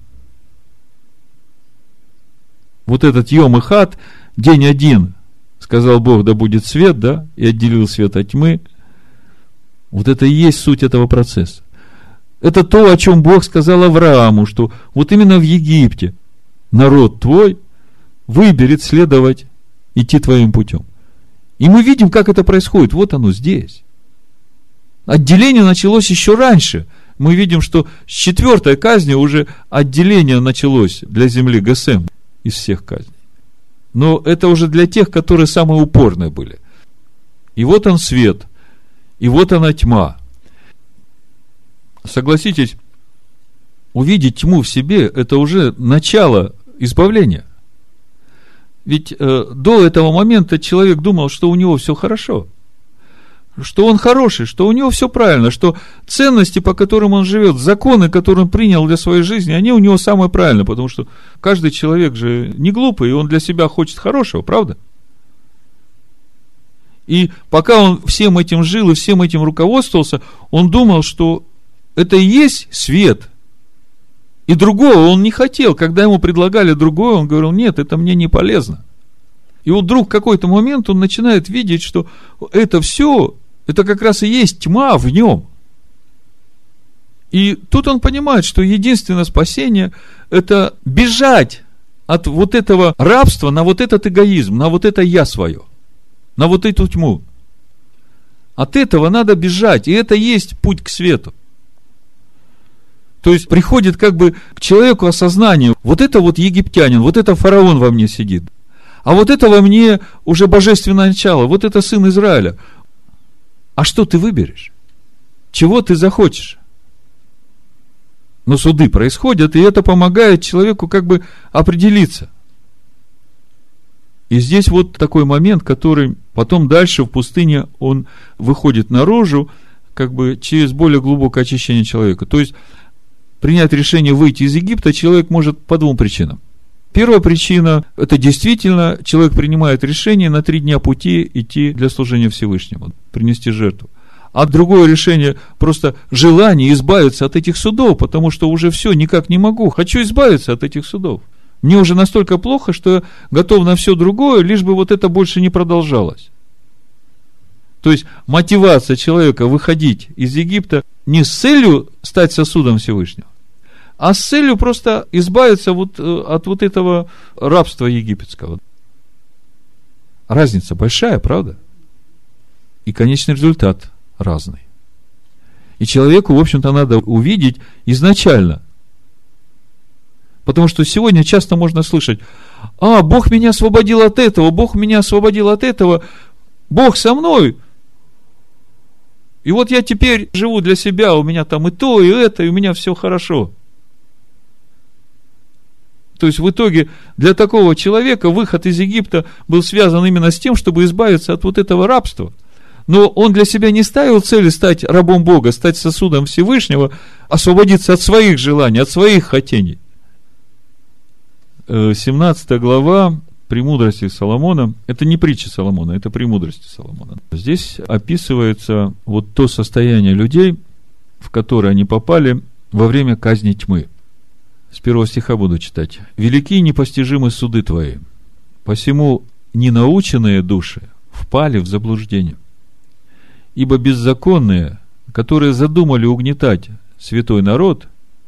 Вот этот Йом Эхад, день один, сказал Бог, да будет свет, да, и отделил свет от тьмы. Вот это и есть суть этого процесса. Это то, о чем Бог сказал Аврааму, что вот именно в Египте народ твой выберет следовать, идти твоим путем. И мы видим, как это происходит. Вот оно здесь. Отделение началось еще раньше. Мы видим, что с четвертой казни уже отделение началось для земли Гесем из всех казней. Но это уже для тех, которые самые упорные были. И вот он свет, и вот она тьма. Согласитесь, увидеть тьму в себе – это уже начало избавления. Ведь э, до этого момента человек думал, что у него все хорошо, что он хороший, что у него все правильно, что ценности, по которым он живет, законы, которые он принял для своей жизни, они у него самые правильные, потому что каждый человек же не глупый, и он для себя хочет хорошего, правда? И пока он всем этим жил и всем этим руководствовался, он думал, что это и есть свет. И другого он не хотел. Когда ему предлагали другое, он говорил, нет, это мне не полезно. И вот вдруг в какой-то момент он начинает видеть, что это все, Это как раз и есть тьма в нем. И тут он понимает, что единственное спасение – это бежать от вот этого рабства на вот этот эгоизм, на вот это «я» свое, на вот эту тьму. От этого надо бежать, и это есть путь к свету. То есть приходит как бы к человеку осознание: вот это вот египтянин, вот это фараон во мне сидит, а вот это во мне уже божественное начало, вот это сын Израиля. А что ты выберешь? Чего ты захочешь? Но суды происходят, и это помогает человеку как бы определиться. И здесь вот такой момент, который потом дальше в пустыне он выходит наружу, как бы через более глубокое очищение человека. То есть принять решение выйти из Египта человек может по двум причинам. Первая причина – это действительно человек принимает решение на три дня пути идти для служения Всевышнему, принести жертву. А другое решение – просто желание избавиться от этих судов, потому что уже все, никак не могу, хочу избавиться от этих судов. Мне уже настолько плохо, что я готов на все другое, лишь бы вот это больше не продолжалось. То есть мотивация человека выходить из Египта не с целью стать сосудом Всевышнего, а с целью просто избавиться вот от вот этого рабства египетского. Разница большая, правда? И конечный результат разный. И человеку, в общем-то, надо увидеть изначально. Потому что сегодня часто можно слышать: а, Бог меня освободил от этого, Бог меня освободил от этого, Бог со мной. И вот я теперь живу для себя, у меня там и то, и это, и у меня все хорошо. То есть в итоге для такого человека выход из Египта был связан именно с тем, чтобы избавиться от вот этого рабства. Но он для себя не ставил цели стать рабом Бога, стать сосудом Всевышнего, освободиться от своих желаний, от своих хотений. семнадцатая глава «Премудрости Соломона» – это не притча Соломона, это «Премудрости Соломона». Здесь описывается вот то состояние людей, в которое они попали во время казни тьмы. С первого стиха буду читать. «Велики и непостижимы суды твои, посему ненаученные души впали в заблуждение. Ибо беззаконные, которые задумали угнетать святой народ,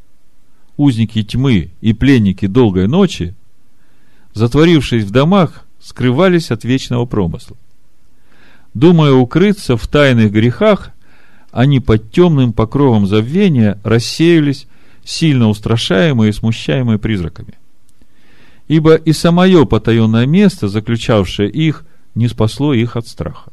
узники тьмы и пленники долгой ночи, затворившись в домах, скрывались от вечного промысла. Думая укрыться в тайных грехах, они под темным покровом забвения рассеялись, сильно устрашаемые и смущаемые призраками. Ибо и самое потаенное место, заключавшее их, не спасло их от страха.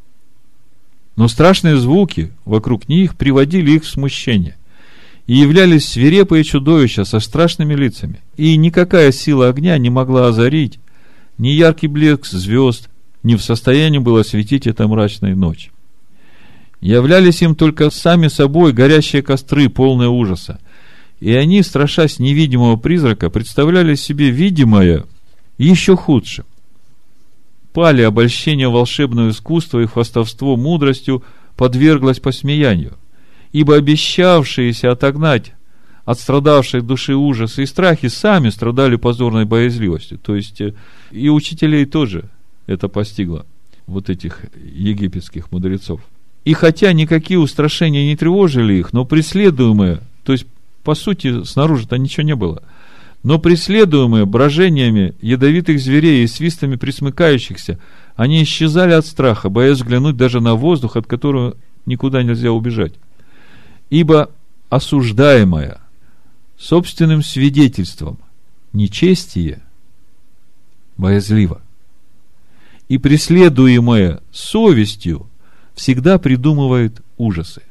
Но страшные звуки вокруг них приводили их в смущение, и являлись свирепые чудовища со страшными лицами, и никакая сила огня не могла озарить, ни яркий блеск звезд не в состоянии было осветить эту мрачную ночь. Являлись им только сами собой горящие костры, полные ужаса, и они, страшась невидимого призрака, представляли себе видимое еще худшим. Пали обольщение волшебного искусства и хвастовство мудростью подверглось посмеянию, ибо обещавшиеся отогнать от страдавшей души ужасы и страхи сами страдали позорной боязливостью. То есть и учителей тоже это постигло, вот этих египетских мудрецов. И хотя никакие устрашения не тревожили их, но преследуемые, то есть по сути снаружи-то ничего не было, но преследуемые брожениями ядовитых зверей и свистами присмыкающихся, они исчезали от страха, боясь взглянуть даже на воздух, от которого никуда нельзя убежать. Ибо осуждаемое собственным свидетельством нечестие боязливо, и преследуемое совестью всегда придумывает ужасы.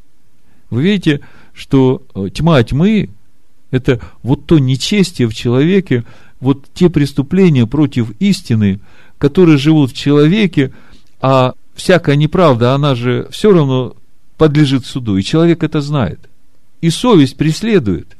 Вы видите, что тьма тьмы – это вот то нечестие в человеке, вот те преступления против истины, которые живут в человеке, а всякая неправда, она же все равно подлежит суду, и человек это знает. И совесть преследует.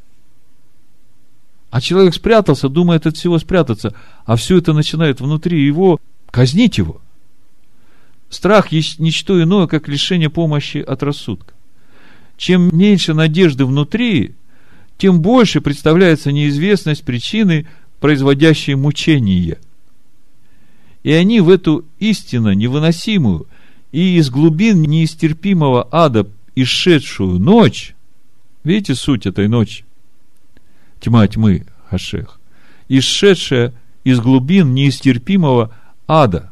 А человек спрятался, думает от всего спрятаться, а все это начинает внутри его казнить его. Страх есть ничто иное, как лишение помощи от рассудка. Чем меньше надежды внутри, тем больше представляется неизвестность причины, производящей мучение. И они в эту истинно невыносимую, и из глубин неистерпимого ада исшедшую ночь». Видите суть этой ночи? Тьма тьмы, хашех. Исшедшая из глубин неистерпимого ада.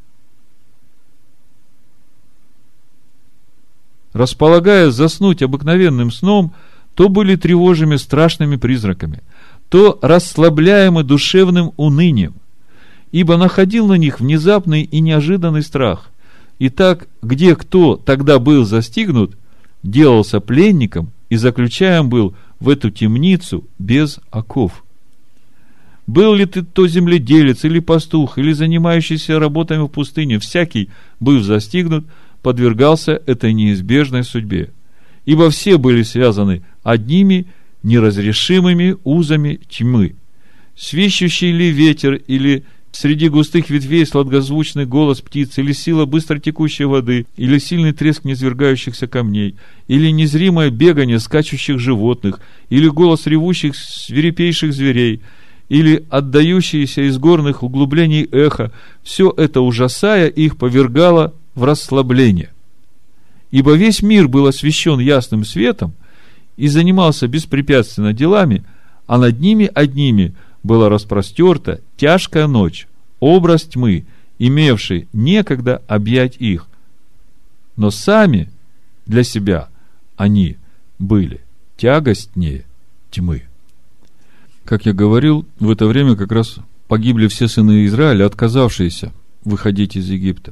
Располагая заснуть обыкновенным сном, то были тревожими страшными призраками, то расслабляемы душевным унынием, ибо находил на них внезапный и неожиданный страх. Итак, где кто тогда был застигнут, делался пленником и заключаем был в эту темницу без оков. Был ли ты то земледелец, или пастух, или занимающийся работами в пустыне, всякий, быв застигнут, подвергался этой неизбежной судьбе. Ибо все были связаны одними неразрешимыми узами тьмы. Свищущий ли ветер, или среди густых ветвей сладкозвучный голос птиц, или сила быстротекущей воды, или сильный треск низвергающихся камней, или незримое бегание скачущих животных, или голос ревущих свирепейших зверей, или отдающиеся из горных углублений эхо, все это, ужасая их, повергало в расслабление. Ибо весь мир был освещен ясным светом и занимался беспрепятственно делами, а над ними одними была распростерта тяжкая ночь, образ тьмы, имевший некогда объять их. Но сами для себя они были тягостнее тьмы. Как я говорил, в это время как раз погибли все сыны Израиля, отказавшиеся выходить из Египта.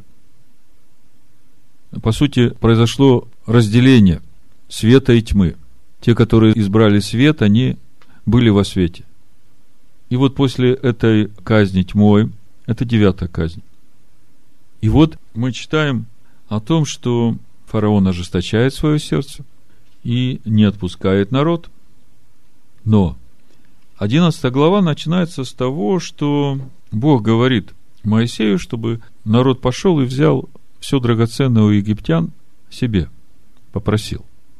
По сути, произошло разделение света и тьмы. Те, которые избрали свет, они были во свете. И вот после этой казни тьмой, это девятая казнь. И вот мы читаем о том, что фараон ожесточает свое сердце и не отпускает народ. Но одиннадцатая глава начинается с того, что Бог говорит Моисею, чтобы народ пошел и взял все драгоценное у египтян себе, попросил.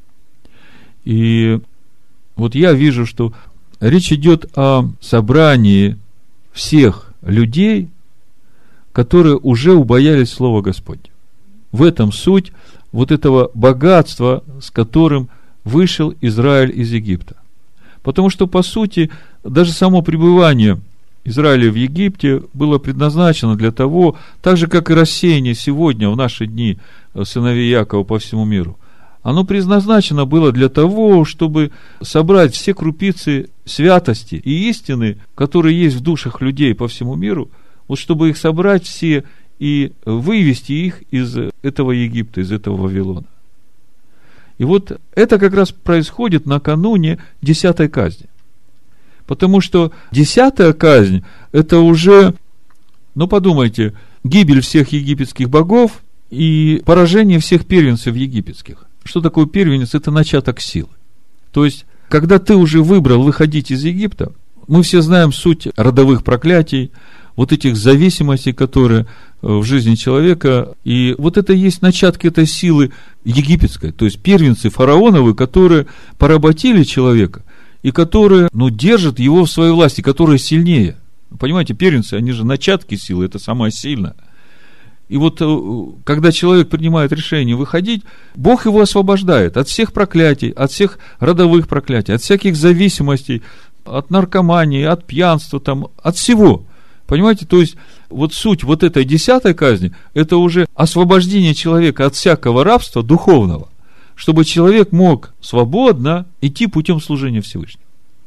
И вот я вижу, что речь идет о собрании всех людей, которые уже убоялись Слова Господня. В этом суть вот этого богатства, с которым вышел Израиль из Египта. Потому что, по сути, даже само пребывание Израиля в Египте было предназначено для того, так же, как и рассеяние сегодня, в наши дни, сыновей Якова по всему миру, оно предназначено было для того, чтобы собрать все крупицы святости и истины, которые есть в душах людей по всему миру, вот чтобы их собрать все и вывести их из этого Египта, из этого Вавилона. И вот это как раз происходит накануне десятой казни. Потому что десятая казнь – это уже, ну подумайте, гибель всех египетских богов и поражение всех первенцев египетских. Что такое первенец? Это начаток силы. То есть, когда ты уже выбрал выходить из Египта, мы все знаем суть родовых проклятий, вот этих зависимостей, которые в жизни человека, и вот это и есть начатки этой силы египетской, то есть первенцы фараоновы, которые поработили человека, и которые, ну, держат его в своей власти, которые сильнее. Понимаете, первенцы, они же начатки силы, это самое сильное. И вот, когда человек принимает решение выходить, Бог его освобождает от всех проклятий, от всех родовых проклятий, от всяких зависимостей, от наркомании, от пьянства, там, от всего. Понимаете, то есть, вот суть вот этой десятой казни, это уже освобождение человека от всякого рабства духовного, чтобы человек мог свободно идти путем служения Всевышнему.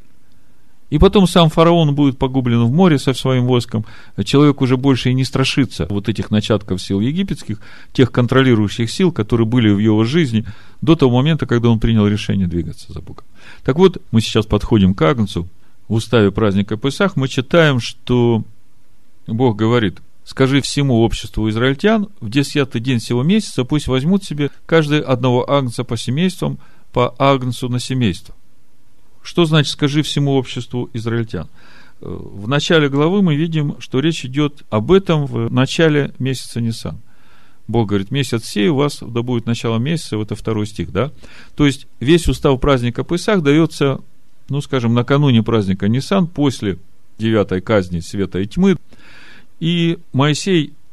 И потом сам фараон будет погублен в море со своим войском, человек уже больше и не страшится вот этих начатков сил египетских, тех контролирующих сил, которые были в его жизни до того момента, когда он принял решение двигаться за Богом. Так вот, мы сейчас подходим к Агнцу. В уставе праздника Песах мы читаем, что Бог говорит: «Скажи всему обществу израильтян, в десятый день сего месяца пусть возьмут себе каждый одного агнца по семействам, по агнцу на семейство». Что значит «скажи всему обществу израильтян»? В начале главы мы видим, что речь идет об этом в начале месяца Нисан. Бог говорит: месяц сей у вас, да будет начало месяца, это второй стих, да? То есть, весь устав праздника Песах дается, ну, скажем, накануне праздника Нисан, после девятой казни света и тьмы. И Моисей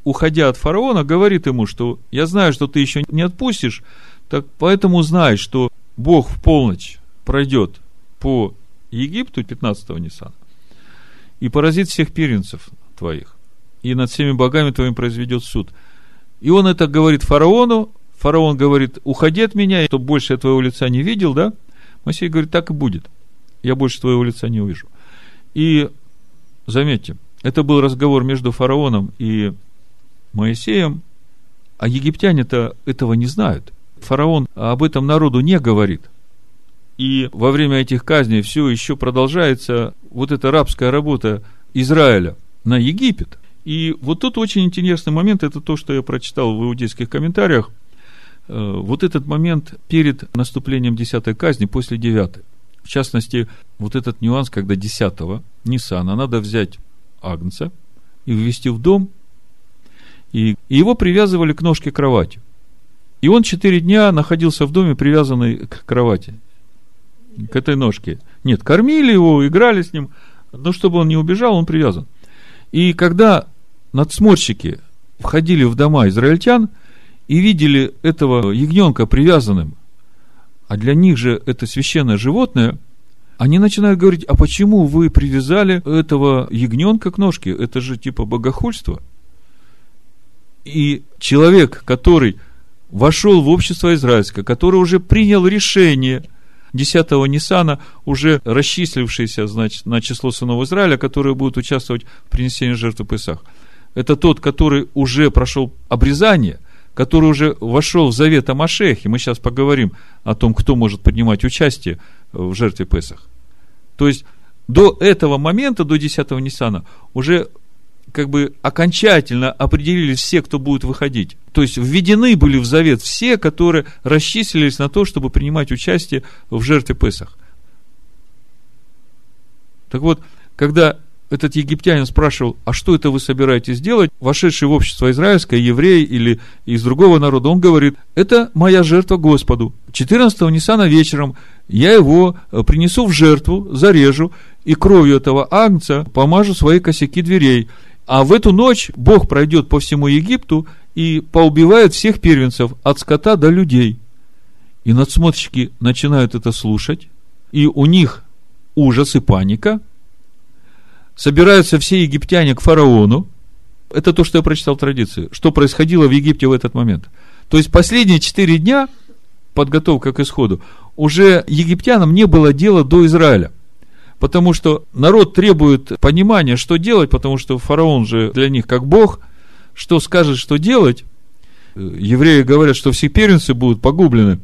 уходя от фараона, говорит ему, что я знаю, что ты еще не отпустишь, так поэтому знай, что Бог в полночь пройдет по Египту пятнадцатого Ниссана и поразит всех первенцев твоих, и над всеми богами твоими произведет суд. И он это говорит фараону. Фараон говорит: уходи от меня, чтобы больше я твоего лица не видел, да? Моисей говорит: так и будет, я больше твоего лица не увижу. И заметьте, это был разговор между фараоном и Моисеем, а египтяне-то этого не знают. Фараон об этом народу не говорит. И во время этих казней все еще продолжается вот эта рабская работа Израиля на Египет. И вот тут очень интересный момент, это то, что я прочитал в иудейских комментариях. Вот этот момент перед наступлением десятой казни, после девятой. В частности, вот этот нюанс, когда десятого Ниссана надо взять агнца и ввести в дом, и его привязывали к ножке кровати. И он четыре дня находился в доме, привязанный к кровати, к этой ножке. Нет, кормили его, играли с ним, но чтобы он не убежал, он привязан. И когда надсмотрщики входили в дома израильтян и видели этого ягненка привязанным, а для них же это священное животное, они начинают говорить: а почему вы привязали этого ягненка к ножке? Это же типа богохульство. И человек, который вошел в общество израильское, который уже принял решение десятого Ниссана, уже расчислившийся, значит, на число сынов Израиля, которые будут участвовать в принесении жертвы Песах, это тот, который уже прошел обрезание, который уже вошел в завет о Машиахе. Мы сейчас поговорим о том, кто может принимать участие в жертве Песах. То есть, до этого момента, до десятого Ниссана, уже как бы окончательно определились все, кто будет выходить. То есть, введены были в завет все, которые расчислились на то, чтобы принимать участие в жертве Песах. Так вот, когда этот египтянин спрашивал: а что это вы собираетесь делать, вошедший в общество израильское, еврей или из другого народа, он говорит: это моя жертва Господу. четырнадцатого Ниссана вечером я его принесу в жертву, зарежу, и кровью этого агнца помажу свои косяки дверей. А в эту ночь Бог пройдет по всему Египту и поубивает всех первенцев, от скота до людей. И надсмотрщики начинают это слушать, и у них ужас и паника. Собираются все египтяне к фараону. Это то, что я прочитал в традиции, что происходило в Египте в этот момент. То есть последние четыре дня, подготовка к исходу, уже египтянам не было дела до Израиля. Потому что народ требует понимания, что делать, потому что фараон же для них как Бог, что скажет, что делать. Евреи говорят, что все первенцы будут погублены.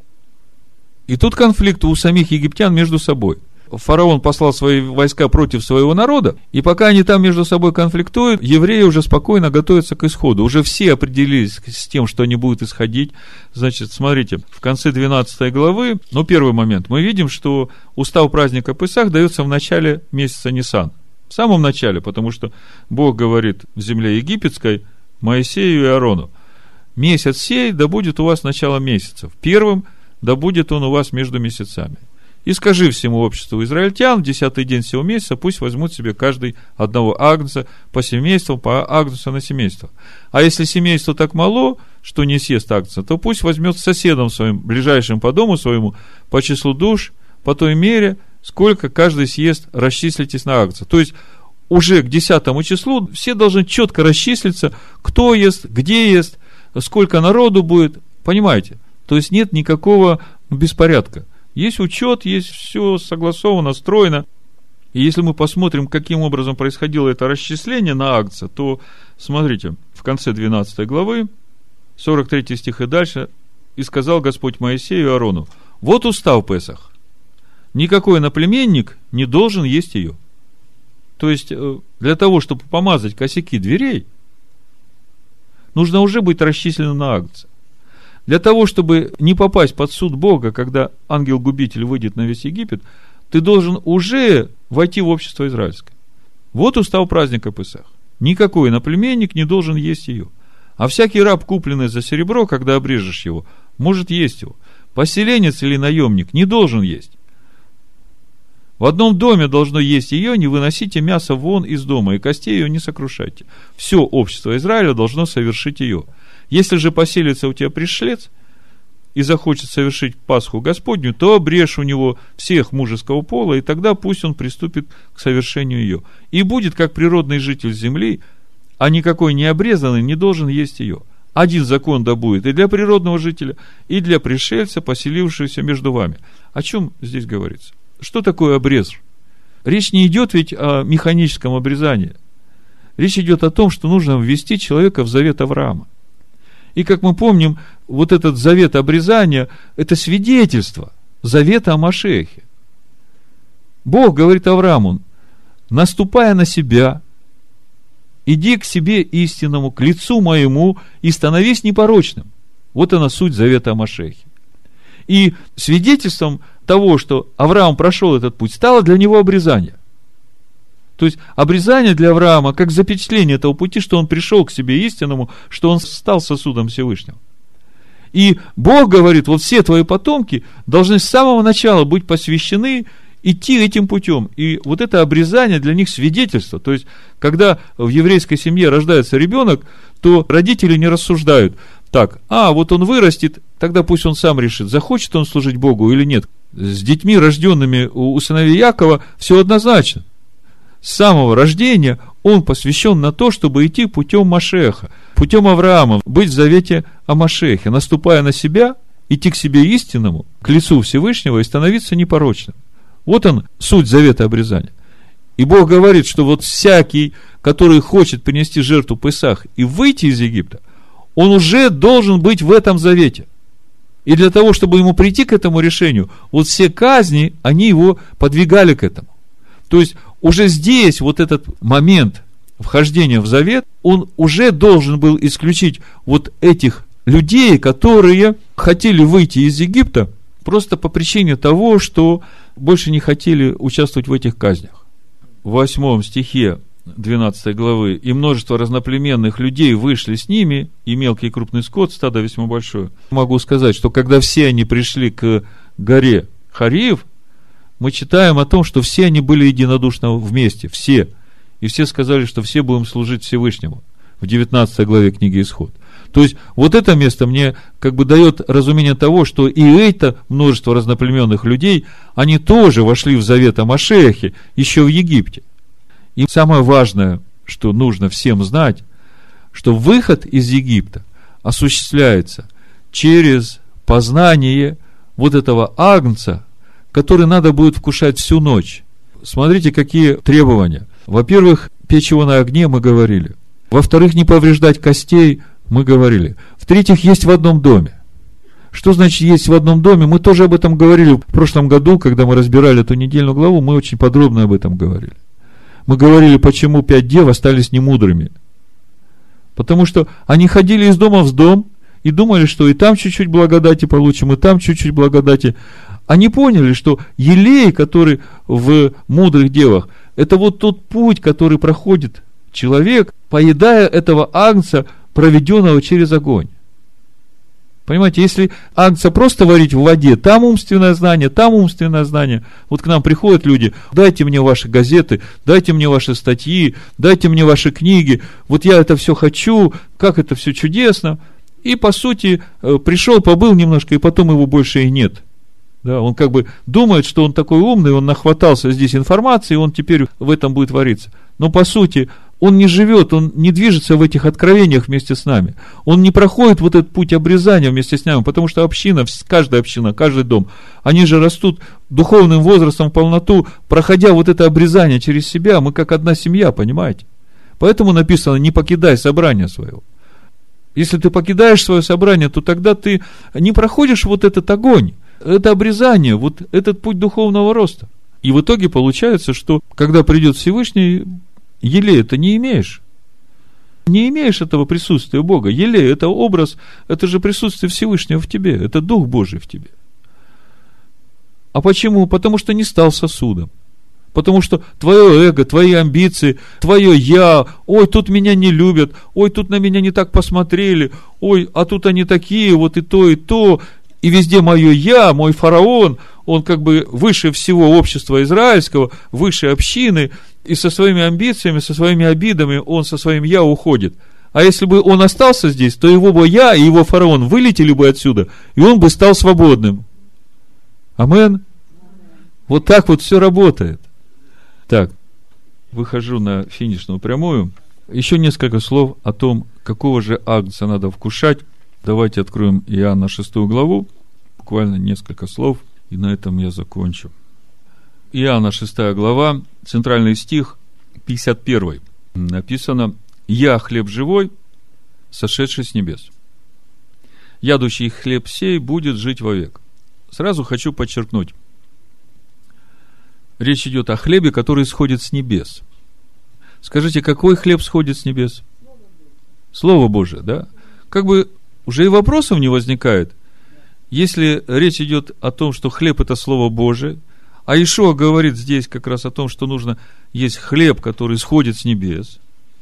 И тут конфликт у самих египтян между собой. Фараон послал свои войска против своего народа, и пока они там между собой конфликтуют, евреи уже спокойно готовятся к исходу. Уже все определились с тем, что они будут исходить. Значит, смотрите, в конце двенадцатой главы, ну, первый момент, мы видим, что устав праздника Песах дается в начале месяца Ниссан. В самом начале, потому что Бог говорит в земле египетской Моисею и Аарону: месяц сей да будет у вас начало месяцев, первым да будет он у вас между месяцами. И скажи всему обществу израильтян: в десятый день сего месяца пусть возьмут себе каждый одного агнца по семейству, по агнцу на семейство. А если семейство так мало, что не съест агнца, то пусть возьмет соседом своим, ближайшим по дому своему, по числу душ, по той мере, сколько каждый съест, расчислитесь на агнца. То есть, уже к десятому числу все должны четко расчислиться, кто ест, где ест, сколько народу будет. Понимаете? То есть, нет никакого беспорядка. Есть учет, есть все согласовано, стройно. И если мы посмотрим, каким образом происходило это расчисление на агнца, то, смотрите, в конце двенадцатой главы, сорок третий стих и дальше: «И сказал Господь Моисею и Аарону: вот устав Песах, никакой иноплеменник не должен есть ее». То есть, для того, чтобы помазать косяки дверей, нужно уже быть расчисленным на агнца. Для того, чтобы не попасть под суд Бога, когда ангел-губитель выйдет на весь Египет, ты должен уже войти в общество израильское. Вот устав праздника Песах. Никакой иноплеменник не должен есть ее. А всякий раб, купленный за серебро, когда обрежешь его, может есть его. Поселенец или наемник не должен есть. В одном доме должно есть ее, не выносите мясо вон из дома, и костей ее не сокрушайте. Все общество Израиля должно совершить ее. Если же поселится у тебя пришлец и захочет совершить Пасху Господню, то обрежь у него всех мужеского пола, и тогда пусть он приступит к совершению ее. И будет, как природный житель земли, а никакой необрезанный не должен есть ее. Один закон да будет и для природного жителя, и для пришельца, поселившегося между вами. О чем здесь говорится? Что такое обрез? Речь не идет ведь о механическом обрезании. Речь идет о том, что нужно ввести человека в завет Авраама. И, как мы помним, вот этот завет обрезания – это свидетельство завета о Машиахе. Бог говорит Аврааму: наступая на себя, иди к себе истинному, к лицу моему, и становись непорочным. Вот она суть завета о Машиахе. И свидетельством того, что Авраам прошел этот путь, стало для него обрезание. То есть обрезание для Авраама как запечатление этого пути, что он пришел к себе истинному, что он стал сосудом Всевышнего. И Бог говорит: вот все твои потомки должны с самого начала быть посвящены идти этим путем. И вот это обрезание для них свидетельство. То есть, когда в еврейской семье рождается ребенок, то родители не рассуждают: так, а вот он вырастет, тогда пусть он сам решит, захочет он служить Богу или нет. С детьми, рожденными у сыновей Якова, все однозначно. С самого рождения он посвящен на то, чтобы идти путем Машеха, путем Авраама, быть в завете о Машехе, наступая на себя, идти к себе истинному, к лицу Всевышнего и становиться непорочным. Вот он, суть завета обрезания. И Бог говорит, что вот всякий, который хочет принести жертву Песах и выйти из Египта, он уже должен быть в этом завете. И для того, чтобы ему прийти к этому решению, вот все казни, они его подвигали к этому. То есть, уже здесь вот этот момент вхождения в завет, он уже должен был исключить вот этих людей, которые хотели выйти из Египта просто по причине того, что больше не хотели участвовать в этих казнях. В восьмом стихе двенадцатой главы: «И множество разноплеменных людей вышли с ними, и мелкий и крупный скот, стадо весьма большое». Могу сказать, что когда все они пришли к горе Хариев, мы читаем о том, что все они были единодушно вместе, все. И все сказали, что все будем служить Всевышнему. В девятнадцатой главе книги Исход. То есть, вот это место мне как бы дает разумение того, что и это множество разноплеменных людей, они тоже вошли в завет о Машиахе еще в Египте. И самое важное, что нужно всем знать, что выход из Египта осуществляется через познание вот этого агнца, который надо будет вкушать всю ночь. Смотрите, какие требования. Во-первых, печь его на огне, мы говорили. Во-вторых, не повреждать костей, мы говорили. В-третьих, есть в одном доме. Что значит есть в одном доме? Мы тоже об этом говорили в прошлом году, когда мы разбирали эту недельную главу, мы очень подробно об этом говорили. Мы говорили, почему пять дев остались немудрыми. Потому что они ходили из дома в дом и думали, что и там чуть-чуть благодати получим, и там чуть-чуть благодати. Они поняли, что елей, который в мудрых девах, это вот тот путь, который проходит человек, поедая этого агнца, проведенного через огонь. Понимаете, если агнца просто варить в воде, там умственное знание, там умственное знание. Вот к нам приходят люди: дайте мне ваши газеты, дайте мне ваши статьи, дайте мне ваши книги, вот я это все хочу, как это все чудесно. И по сути пришел, побыл немножко, и потом его больше и нет. Да, он как бы думает, что он такой умный, он нахватался здесь информации, и он теперь в этом будет вариться. Но по сути он не живет, он не движется в этих откровениях вместе с нами. Он не проходит вот этот путь обрезания вместе с нами, потому что община, каждая община, каждый дом, они же растут духовным возрастом в полноту, проходя вот это обрезание через себя. Мы как одна семья, понимаете? Поэтому написано: не покидай собрание своего. Если ты покидаешь свое собрание, то тогда ты не проходишь вот этот огонь, это обрезание, вот этот путь духовного роста. И в итоге получается, что когда придет Всевышний, елея ты не имеешь. Не имеешь этого присутствия Бога. Елей – это образ, это же присутствие Всевышнего в тебе, это Дух Божий в тебе. А почему? Потому что не стал сосудом. Потому что твое эго, твои амбиции, твое я, ой, тут меня не любят, ой, тут на меня не так посмотрели, ой, а тут они такие, вот и то, и то. и везде мое я, мой фараон, он как бы выше всего общества израильского, выше общины, и со своими амбициями, со своими обидами он со своим я уходит. А если бы он остался здесь, то его бы я и его фараон вылетели бы отсюда, и он бы стал свободным. Амен? Вот так вот все работает. Так, выхожу на финишную прямую. Еще несколько слов о том, какого же агнца надо вкушать. Давайте откроем Иоанна шестую главу. Буквально несколько слов, и на этом я закончу. Иоанна шестая глава, центральный стих, пятьдесят первый. Написано: «Я хлеб живой, сошедший с небес. Ядущий хлеб сей будет жить вовек». Сразу хочу подчеркнуть. Речь идет о хлебе, который сходит с небес. Скажите, какой хлеб сходит с небес? Слово Божие, да? Как бы уже и вопросов не возникает. Если речь идет о том, что хлеб – это Слово Божие, а Иешуа говорит здесь как раз о том, что нужно есть хлеб, который сходит с небес,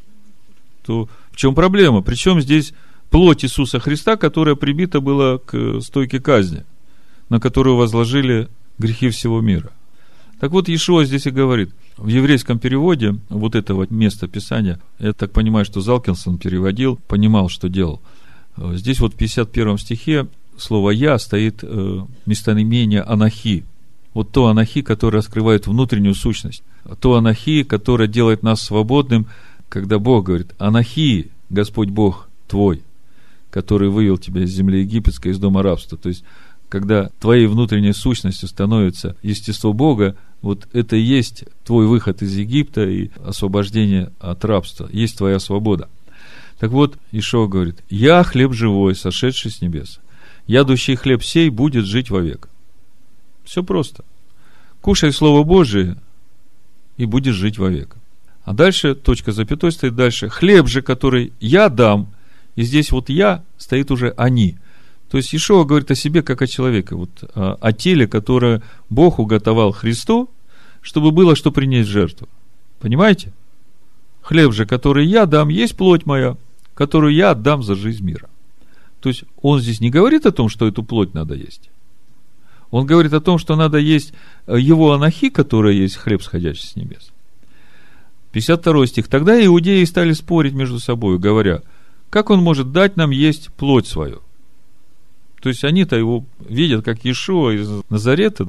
то в чем проблема? Причем здесь плоть Иисуса Христа, которая прибита была к стойке казни, на которую возложили грехи всего мира. Так вот, Иешуа здесь и говорит, в еврейском переводе вот этого места Писания, я так понимаю, что Залкинсон переводил, понимал, что делал. Здесь вот в пятьдесят первом стихе слово «я» стоит э, местоимение «анахи». Вот то анахи, которое раскрывает внутреннюю сущность. То анахи, которое делает нас свободным, когда Бог говорит: «Анахи, Господь Бог твой, который вывел тебя из земли египетской, из дома рабства». То есть, когда твоей внутренней сущностью становится естество Бога, вот это и есть твой выход из Египта и освобождение от рабства, есть твоя свобода. Так вот, Иешуа говорит: «Я хлеб живой, сошедший с небес. Ядущий хлеб сей будет жить вовек». Все просто. Кушай Слово Божие, и будешь жить вовек. А дальше, точка запятой стоит дальше. «Хлеб же, который я дам», и здесь вот «я» стоит уже «они». То есть Иешуа говорит о себе как о человеке, вот, о, о теле, которое Бог уготовал Христу, чтобы было что принять в жертву. Понимаете? «Хлеб же, который я дам, есть плоть моя, которую я отдам за жизнь мира». То есть он здесь не говорит о том, что эту плоть надо есть. Он говорит о том, что надо есть его анахи, которая есть хлеб, сходящий с небес. пятьдесят второй стих. «Тогда иудеи стали спорить между собой, говоря: как он может дать нам есть плоть свою?» То есть они-то его видят как Иешуа из Назарета,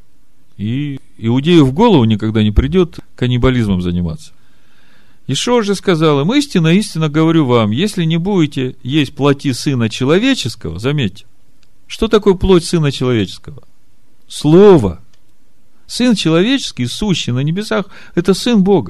и иудею в голову никогда не придет каннибализмом заниматься. Иешуа же сказал им: «Истинно, истинно говорю вам, если не будете есть плоти Сына Человеческого», заметьте, что такое плоть Сына Человеческого? Слово. Сын Человеческий, сущий на небесах, это Сын Бога.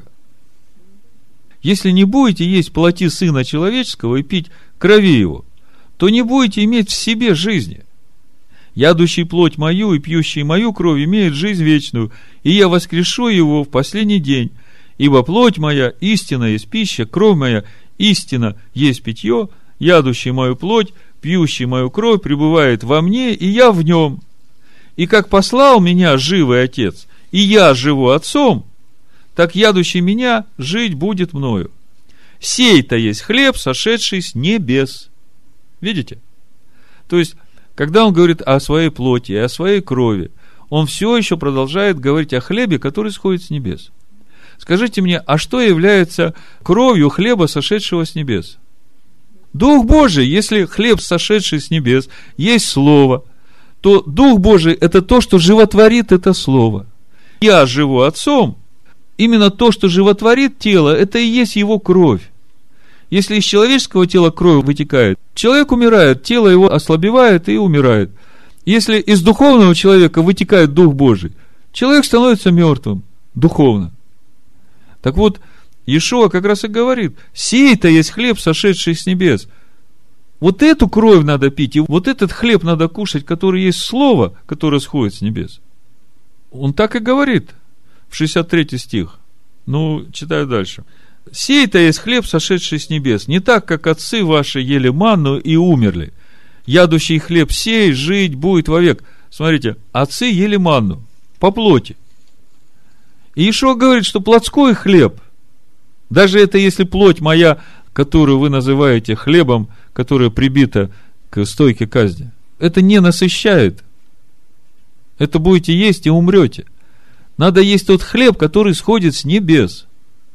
Если не будете есть плоти Сына Человеческого и пить крови Его, то не будете иметь в себе жизни. Ядущий плоть мою и пьющий мою кровь имеет жизнь вечную, и я воскрешу его в последний день. Ибо плоть моя истина есть пища, кровь моя истина есть питье, ядущий мою плоть, пьющий мою кровь пребывает во мне, и я в нем. И как послал меня живый Отец, и я живу Отцом, так ядущий меня жить будет мною. Сей-то есть хлеб, сошедший с небес». Видите? То есть, когда он говорит о своей плоти и о своей крови, он все еще продолжает говорить о хлебе, который сходит с небес. Скажите мне, а что является кровью хлеба, сошедшего с небес? Дух Божий. Если хлеб, сошедший с небес, есть Слово, то Дух Божий – это то, что животворит это Слово. Я живу Отцом. Именно то, что животворит тело, это и есть его кровь. Если из человеческого тела кровь вытекает, человек умирает, тело его ослабевает и умирает. Если из духовного человека вытекает Дух Божий, человек становится мертвым духовно. Так вот, Иешуа как раз и говорит: «Сей-то есть хлеб, сошедший с небес». Вот эту кровь надо пить, и вот этот хлеб надо кушать, который есть Слово, которое сходит с небес. Он так и говорит в шестьдесят третий стих. Ну, читаю дальше. «Сей-то есть хлеб, сошедший с небес, не так, как отцы ваши ели манну и умерли. Ядущий хлеб сей жить будет вовек». Смотрите, отцы ели манну по плоти. И Иешуа говорит, что плотской хлеб, даже это если плоть моя, которую вы называете хлебом, которая прибита к стойке казни, это не насыщает. Это будете есть и умрете. Надо есть тот хлеб, который сходит с небес.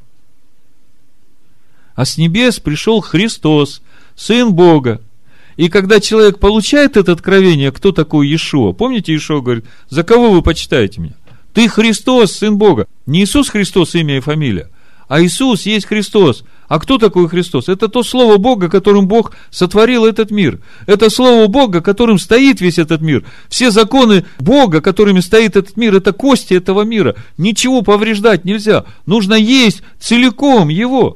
А с небес пришел Христос, Сын Бога. И когда человек получает это откровение, кто такой Иешуа? Помните, Иешуа говорит: за кого вы почитаете меня? Ты Христос, Сын Бога. Не Иисус Христос, имя и фамилия, а Иисус есть Христос. А кто такой Христос? Это то Слово Бога, которым Бог сотворил этот мир. Это Слово Бога, которым стоит весь этот мир. Все законы Бога, которыми стоит этот мир, это кости этого мира. Ничего повреждать нельзя. Нужно есть целиком Его.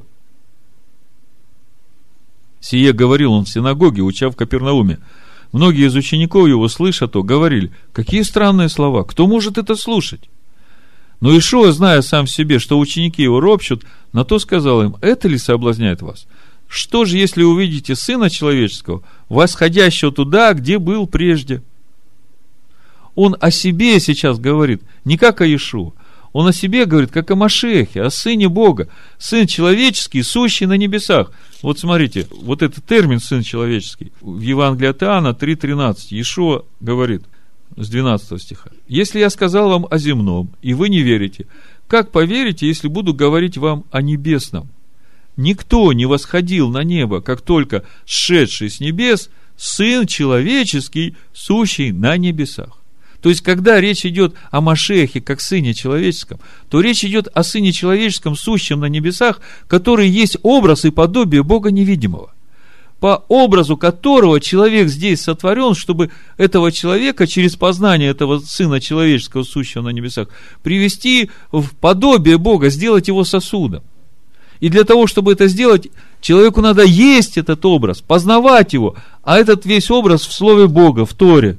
Сие говорил он в синагоге, уча в Капернауме. Многие из учеников его, слыша то, говорили: какие странные слова, кто может это слушать? Но Иешуа, зная сам в себе, что ученики его ропщут, на то сказал им: это ли соблазняет вас? Что же, если увидите Сына Человеческого, восходящего туда, где был прежде? Он о себе сейчас говорит, не как о Иешуа. Он о себе говорит, как о Машиахе, о Сыне Бога. Сын человеческий, сущий на небесах. Вот смотрите, вот этот термин «сын человеческий» в Евангелии от Иоанна три тринадцать. Иешуа говорит с двенадцатого стиха: «Если я сказал вам о земном, и вы не верите, как поверите, если буду говорить вам о небесном? Никто не восходил на небо, как только сшедший с небес Сын человеческий, сущий на небесах». То есть, когда речь идет о Машиахе, как Сыне Человеческом, то речь идет о Сыне Человеческом, сущем на небесах, который есть образ и подобие Бога невидимого, по образу которого человек здесь сотворен, чтобы этого человека через познание этого Сына Человеческого, сущего на небесах, привести в подобие Бога, сделать его сосудом. И для того, чтобы это сделать, человеку надо есть этот образ, познавать его, а этот весь образ в Слове Бога, в Торе.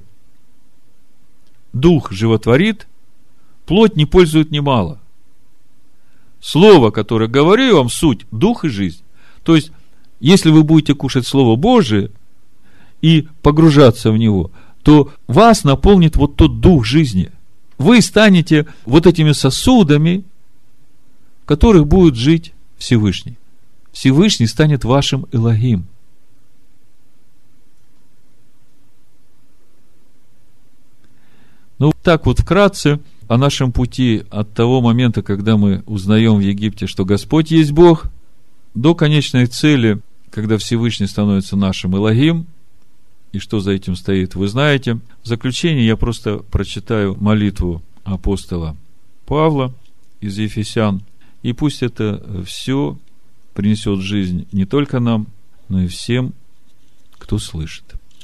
Дух животворит, плоть не пользует немало. Слово, которое говорю я вам, суть дух и жизнь. То есть, если вы будете кушать Слово Божие и погружаться в него, то вас наполнит вот тот дух жизни. Вы станете вот этими сосудами, в которых будет жить Всевышний. Всевышний станет вашим Элохим. Ну, так вот вкратце о нашем пути от того момента, когда мы узнаем в Египте, что Господь есть Бог, до конечной цели, когда Всевышний становится нашим Элохим, и что за этим стоит, вы знаете. В заключение я просто прочитаю молитву апостола Павла из Ефесян, и пусть это все принесет жизнь не только нам, но и всем, кто слышит.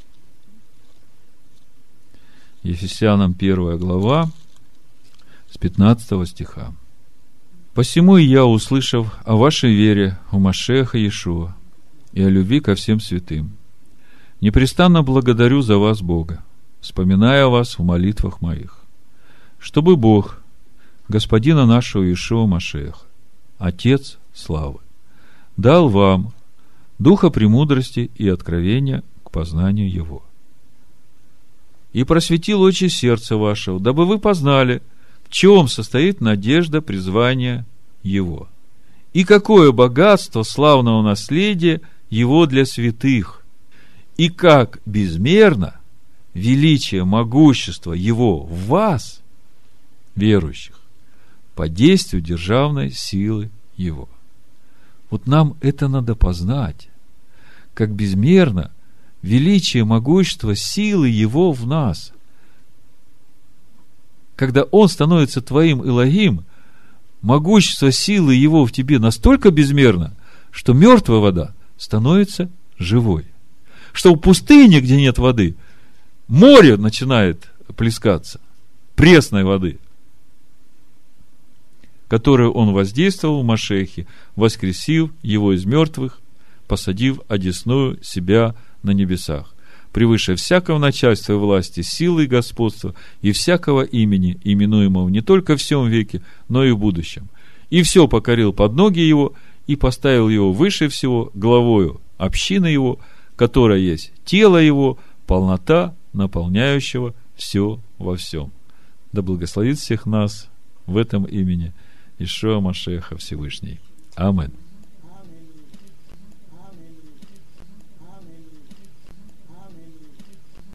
Ефесянам первая глава, с пятнадцатого стиха. «Посему и я, услышав о вашей вере у Машиаха Иешуа и о любви ко всем святым, непрестанно благодарю за вас Бога, вспоминая вас в молитвах моих, чтобы Бог, Господина нашего Иешуа Машиаха, Отец славы, дал вам духа премудрости и откровения к познанию Его, и просветил очи сердца вашего, дабы вы познали, в чем состоит надежда призвания Его, и какое богатство славного наследия Его для святых, и как безмерно величие, могущество Его в вас, верующих, по действию державной силы Его». Вот нам это надо познать, как безмерно величие, могущество, силы Его в нас. Когда Он становится твоим Элохим, могущество, силы Его в тебе настолько безмерно, что мертвая вода становится живой. Что в пустыне, где нет воды, море начинает плескаться пресной воды, которую Он воздействовал в Машиахе, воскресив Его из мертвых, посадив одесную себя на небесах, превыше всякого начальства и власти, силы и господства, и всякого имени, именуемого не только в сем веке, но и в будущем. И все покорил под ноги Его, и поставил Его выше всего, главою общины Его, которая есть тело Его, полнота, наполняющего все во всем. Да благословит всех нас в этом имени Иешуа Машиаха Всевышний. Аминь.